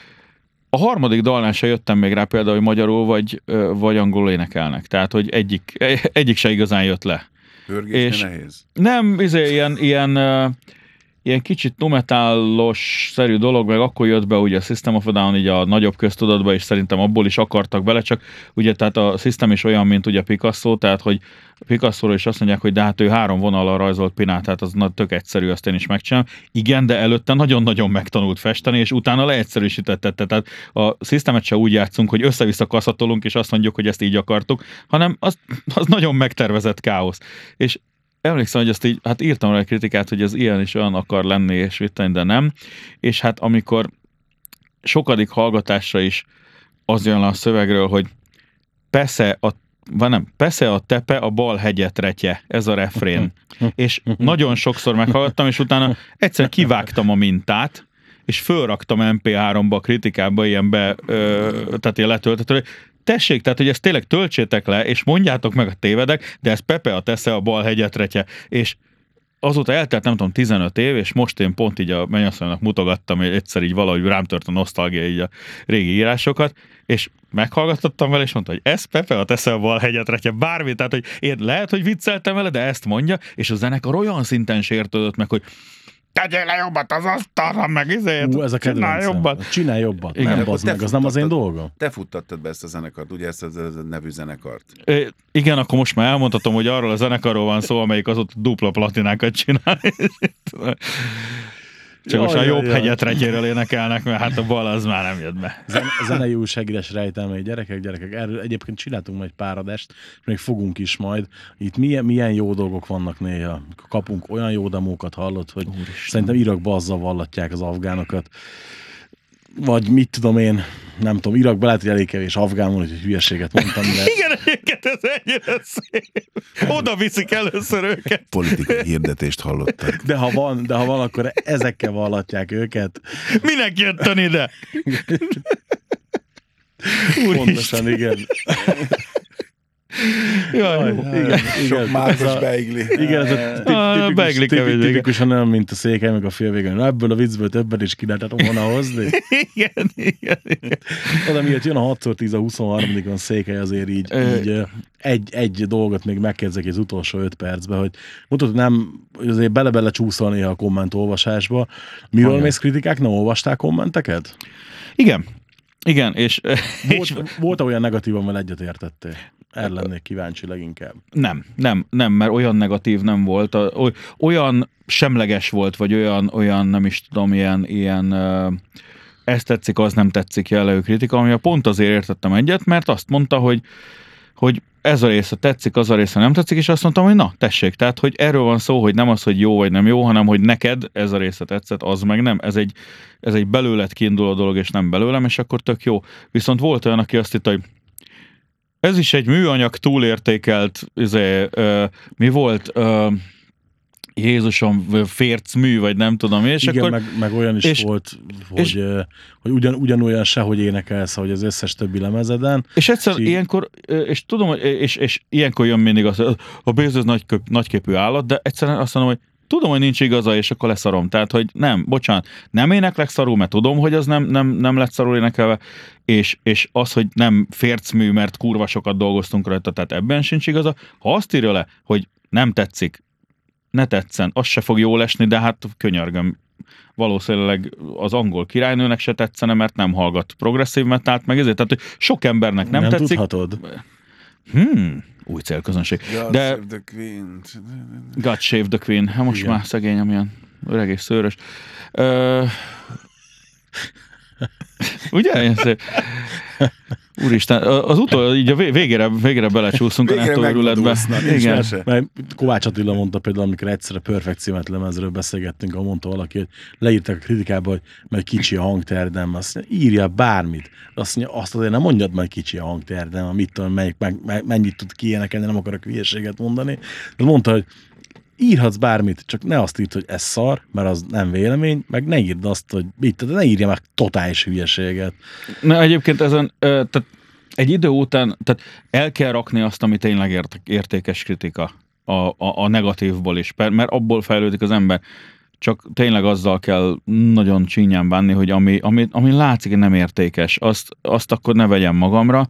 Speaker 2: a harmadik dalnál se jöttem még rá például, hogy magyarul vagy, vagy angolul énekelnek. Tehát, hogy egyik, egyik se igazán jött le.
Speaker 1: Pörgésni nehéz?
Speaker 2: Nem, izé, ilyen, ilyen, ilyen kicsit numetálos szerű dolog, meg akkor jött be ugye a System of a Down így a nagyobb köztudatba, és szerintem abból is akartak bele, csak ugye tehát a System is olyan, mint ugye Picasso, tehát hogy Picasso-ról is azt mondják, hogy de hát ő három vonallal rajzolt pinát, tehát az na, tök egyszerű, azt én is megcsinálom. Igen, de előtte nagyon-nagyon megtanult festeni, és utána leegyszerűsítette. Tehát a Systemet se úgy játszunk, hogy össze-vissza kaszatolunk, és azt mondjuk, hogy ezt így akartuk, hanem az, az nagyon megtervezett káosz. És emlékszem, hogy azt így, hát írtam rá a kritikát, hogy ez ilyen is olyan akar lenni, és vittany, de nem. És hát amikor sokadik hallgatásra is az jön a szövegről, hogy persze a van nem, persze a tepe a bal hegyet retye, ez a refrén. És nagyon sokszor meghallgattam, és utána egyszer kivágtam a mintát, és fölraktam em pé háromba a kritikába, ilyen be, ö, tehát ilyen letöltető, tessék, tehát, hogy ezt tényleg töltsétek le, és mondjátok meg a tévedek, de ez Pepe a tesze a bal hegyet retye. És azóta eltelt, nem tudom, tizenöt év, és most én pont így a mennyasszonynak mutogattam, hogy egyszer így valahogy rám tört a nosztalgia így a régi írásokat, és meghallgatottam vele, és mondta, hogy ez Pepe a tesze a bal hegyet retye, bármi, tehát, hogy én lehet, hogy vicceltem vele, de ezt mondja, és a zenekar olyan szinten sértődött meg, hogy tegyél le jobbat az asztalra, meg izért,
Speaker 3: Ú, ez a
Speaker 2: csinálj jobbat.
Speaker 3: Csinálj jobbat.
Speaker 2: Igen.
Speaker 3: Nem, bazd meg, az nem az én dolgom.
Speaker 1: Te futtattad be ezt a zenekart, ugye ezt a, a nevű zenekart?
Speaker 2: É, igen, akkor most már elmondhatom, hogy arról a zenekarról van szó, amelyik azóta dupla platinákat csinál. Csak jaj, most a jobb hegyet retyéről énekelnek, mert hát a bal az már nem jött be.
Speaker 3: Zen- zenei újságírás rejtelmei, gyerekek, gyerekek. Erről egyébként csináltunk majd pár adást, és még fogunk is majd. Itt milyen, milyen jó dolgok vannak néha. Kapunk olyan jó demókat, hallott, hogy Úristen. Szerintem Irakba azzal vallatják az afgánokat. Vagy mit tudom én, nem tudom, Irakban lehet, hogy elég kevés afgán van, hogy hülyeséget mondtam, de...
Speaker 2: Igen, egyébként ez ennyire szép. Oda viszik először őket.
Speaker 1: Politikai hirdetést hallottak.
Speaker 3: De ha van, de ha van, akkor ezekkel vallatják őket.
Speaker 2: Minek jöttem ide?
Speaker 3: Pontosan, igen.
Speaker 2: Jaj,
Speaker 3: Jaj, igen,
Speaker 1: Sok
Speaker 3: igen.
Speaker 1: mágos
Speaker 3: Ez a-
Speaker 1: beigli.
Speaker 3: Igen, ez a
Speaker 2: A
Speaker 3: tipikus,
Speaker 2: beigli
Speaker 3: tipikus,
Speaker 2: kevés,
Speaker 3: tipikusan olyan, mint a székely, meg a félvégen. Ebből a viccből többet is ki lehetett volna hozni.
Speaker 2: Igen, igen, igen.
Speaker 3: Oda miatt jön a hatszor tíz a huszonharmadikon székely, azért így,
Speaker 2: Ö-
Speaker 3: így ö, egy, egy dolgot még megkérdezek az utolsó öt percben, hogy mutatod, hogy nem, hogy azért bele-bele csúszol néha a kommentolvasásba. Miről
Speaker 2: Olyan.
Speaker 3: mész kritikák? Nem olvastál kommenteket?
Speaker 2: Igen, igen, és, és
Speaker 3: Volt, volt olyan negatív, amivel egyetértettél? Erre lennék kíváncsi leginkább.
Speaker 2: nem, nem, nem, mert olyan negatív nem volt, a- oly- olyan semleges volt, vagy olyan, olyan nem is tudom, ilyen, ilyen ö, ez tetszik, az nem tetszik jellegű kritika, ami pont azért értettem egyet, mert azt mondta, hogy, hogy ez a része tetszik, az a része nem tetszik, és azt mondtam, hogy na, tessék, tehát, hogy erről van szó, hogy nem az, hogy jó vagy nem jó, hanem, hogy neked ez a része tetszett, az meg nem. Ez egy, ez egy belőled kiinduló dolog, és nem belőlem, és akkor tök jó. Viszont volt olyan, aki azt hitt, hogy ez is egy műanyag túlértékelt, izé, ö, mi volt, ö, Jézusom, fércmű, vagy nem tudom, és
Speaker 3: Igen,
Speaker 2: akkor...
Speaker 3: meg, meg olyan is
Speaker 2: és-
Speaker 3: volt, hogy,
Speaker 2: és-
Speaker 3: ö, hogy ugyan, ugyanolyan se, hogy énekelsz, hogy az összes többi lemezeden.
Speaker 2: És egyszer
Speaker 3: És így-
Speaker 2: ilyenkor, ö, és tudom, hogy- és, és ilyenkor jön mindig az, hogy a Béz nagy, nagyképű állat, de egyszerűen azt mondom, hogy tudom, hogy nincs igaza, és akkor leszarom. Tehát, hogy nem, bocsánat, nem éneklek szarul, mert tudom, hogy az nem, nem, nem lett szarul énekelve, és, és az, hogy nem fércmű, mert kurva sokat dolgoztunk rajta, tehát ebben sincs igaza. Ha azt írja le, hogy nem tetszik, ne tetszen, az se fog jól esni, de hát könyörgöm, valószínűleg az angol királynőnek se tetszene, mert nem hallgat progresszív metált, meg ezért, tehát hogy sok embernek nem,
Speaker 3: nem
Speaker 2: tetszik.
Speaker 3: tudhatod?
Speaker 2: Hmm, új célközönség.
Speaker 1: God
Speaker 2: De
Speaker 1: save the Queen.
Speaker 2: God Save the Queen, hát most
Speaker 3: Igen.
Speaker 2: már szegény, amilyen öreg és szőrös. Ö... Ugye? Ilyen szép. Úristen, az utol, így a vé- végére, végére belecsúszunk a
Speaker 1: Végre
Speaker 2: nettó őrületbe.
Speaker 1: megvadulsznak, nincs
Speaker 2: Igen.
Speaker 1: mese.
Speaker 3: Mert Kovács Attila mondta például, amikor egyszerre Perfect Címet lemezről beszélgettünk, ahol mondta valaki, hogy leírtak a kritikába, hogy mert kicsi a hangterdem, azt mondja, írja bármit. Azt mondja, azt azért nem mondjad majd kicsi a hangterdem, mit tudom, melyik, meg, meg, mennyit tud kiénekelni, nem akarok hülyeséget mondani. De mondta, hogy írhatsz bármit, csak ne azt írd, hogy ez szar, mert az nem vélemény, meg ne írd azt, hogy mit, tehát ne írja meg totális hülyeséget.
Speaker 2: Na egyébként ezen, ö, tehát egy idő után, tehát el kell rakni azt, ami tényleg ért, értékes kritika a, a, a negatívból is, per- mert abból fejlődik az ember. Csak tényleg azzal kell nagyon csínyán bánni, hogy ami, ami, ami látszik, hogy nem értékes, azt, azt akkor ne vegyem magamra.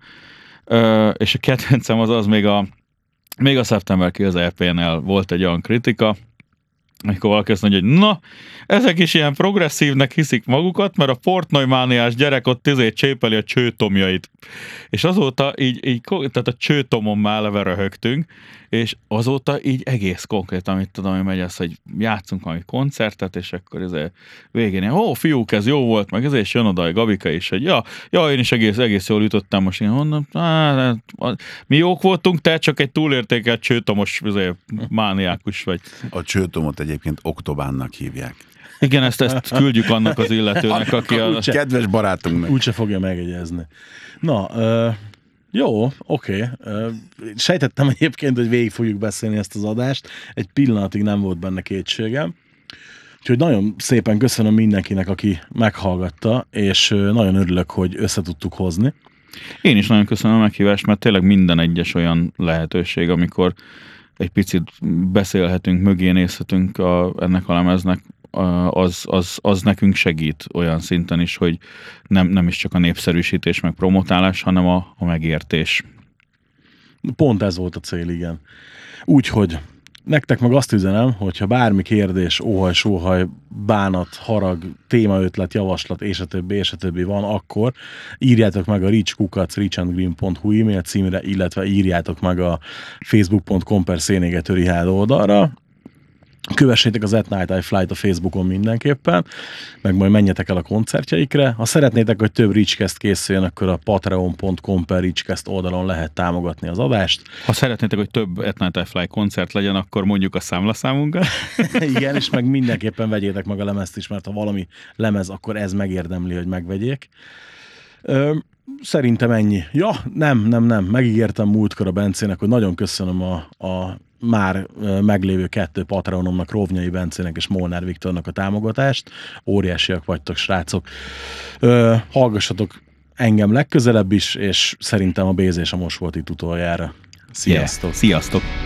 Speaker 2: Ö, és a kedvencem az az még a még a September Kills é pé-nél volt egy olyan kritika, amikor valaki azt mondja, hogy na, ezek is ilyen progresszívnek hiszik magukat, mert a portnoy-mániás gyerek ott tizét csépeli a csőtomjait. És azóta így, így tehát a csőtomon már eleve röhögtünk, és azóta így egész konkrétan, amit tudom, hogy megy az, hogy játszunk valami koncertet, és akkor ez végén, ó, fiúk, ez jó volt, meg ezért is jön oda a Gabika is, hogy ja, ja, én is egész, egész jól ütottam most, én mondom, á, mi jók voltunk, te csak egy túlértékelt csőtomos azért, mániákus vagy.
Speaker 1: A csőtomot egyébként Oktobánnak hívják.
Speaker 2: Igen, ezt, ezt küldjük annak az illetőnek, aki a...
Speaker 1: Kedves barátunknak.
Speaker 3: Úgyse fogja megegyezni. Na, ö, jó, oké. Okay. Sejtettem egyébként, hogy végig fogjuk beszélni ezt az adást. Egy pillanatig nem volt benne kétségem. Úgyhogy nagyon szépen köszönöm mindenkinek, aki meghallgatta, és ö, nagyon örülök, hogy össze tudtuk hozni.
Speaker 2: Én is nagyon köszönöm a meghívást, mert tényleg minden egyes olyan lehetőség, amikor egy picit beszélhetünk, mögé nézhetünk a, ennek a lemeznek, az, az, az nekünk segít olyan szinten is, hogy nem, nem is csak a népszerűsítés meg promotálás, hanem a, a megértés.
Speaker 3: Pont ez volt a cél, igen. Úgyhogy nektek meg azt üzenem, hogyha bármi kérdés, óhaj, sóhaj, bánat, harag, témaötlet, javaslat, és a többi, és a többi van, akkor írjátok meg a reachkukac reachandgreen pont hu e-mail címre, illetve írjátok meg a facebook pont com per szénégetőrihád oldalra. Kövessétek az At Night I Flight a Facebookon mindenképpen, meg majd menjetek el a koncertjeikre. Ha szeretnétek, hogy több Reachcast készüljön, akkor a patreon pont com per Reachcast oldalon lehet támogatni az adást.
Speaker 2: Ha szeretnétek, hogy több At Night I Fly koncert legyen, akkor mondjuk a számlaszámunkat.
Speaker 3: Igen, és meg mindenképpen vegyétek meg a lemezt is, mert ha valami lemez, akkor ez megérdemli, hogy megvegyék. Ö, szerintem ennyi. Ja, nem, nem, nem. Megígértem múltkor a Bencének, hogy nagyon köszönöm a, a már meglévő kettő patronomnak, Rovnyai Bencének és Molnár Viktornak a támogatást. Óriásiak vagytok, srácok. Ö, hallgassatok engem legközelebb is, és szerintem a Bézés a most volt itt utoljára. Sziasztok!
Speaker 2: Yeah. Sziasztok!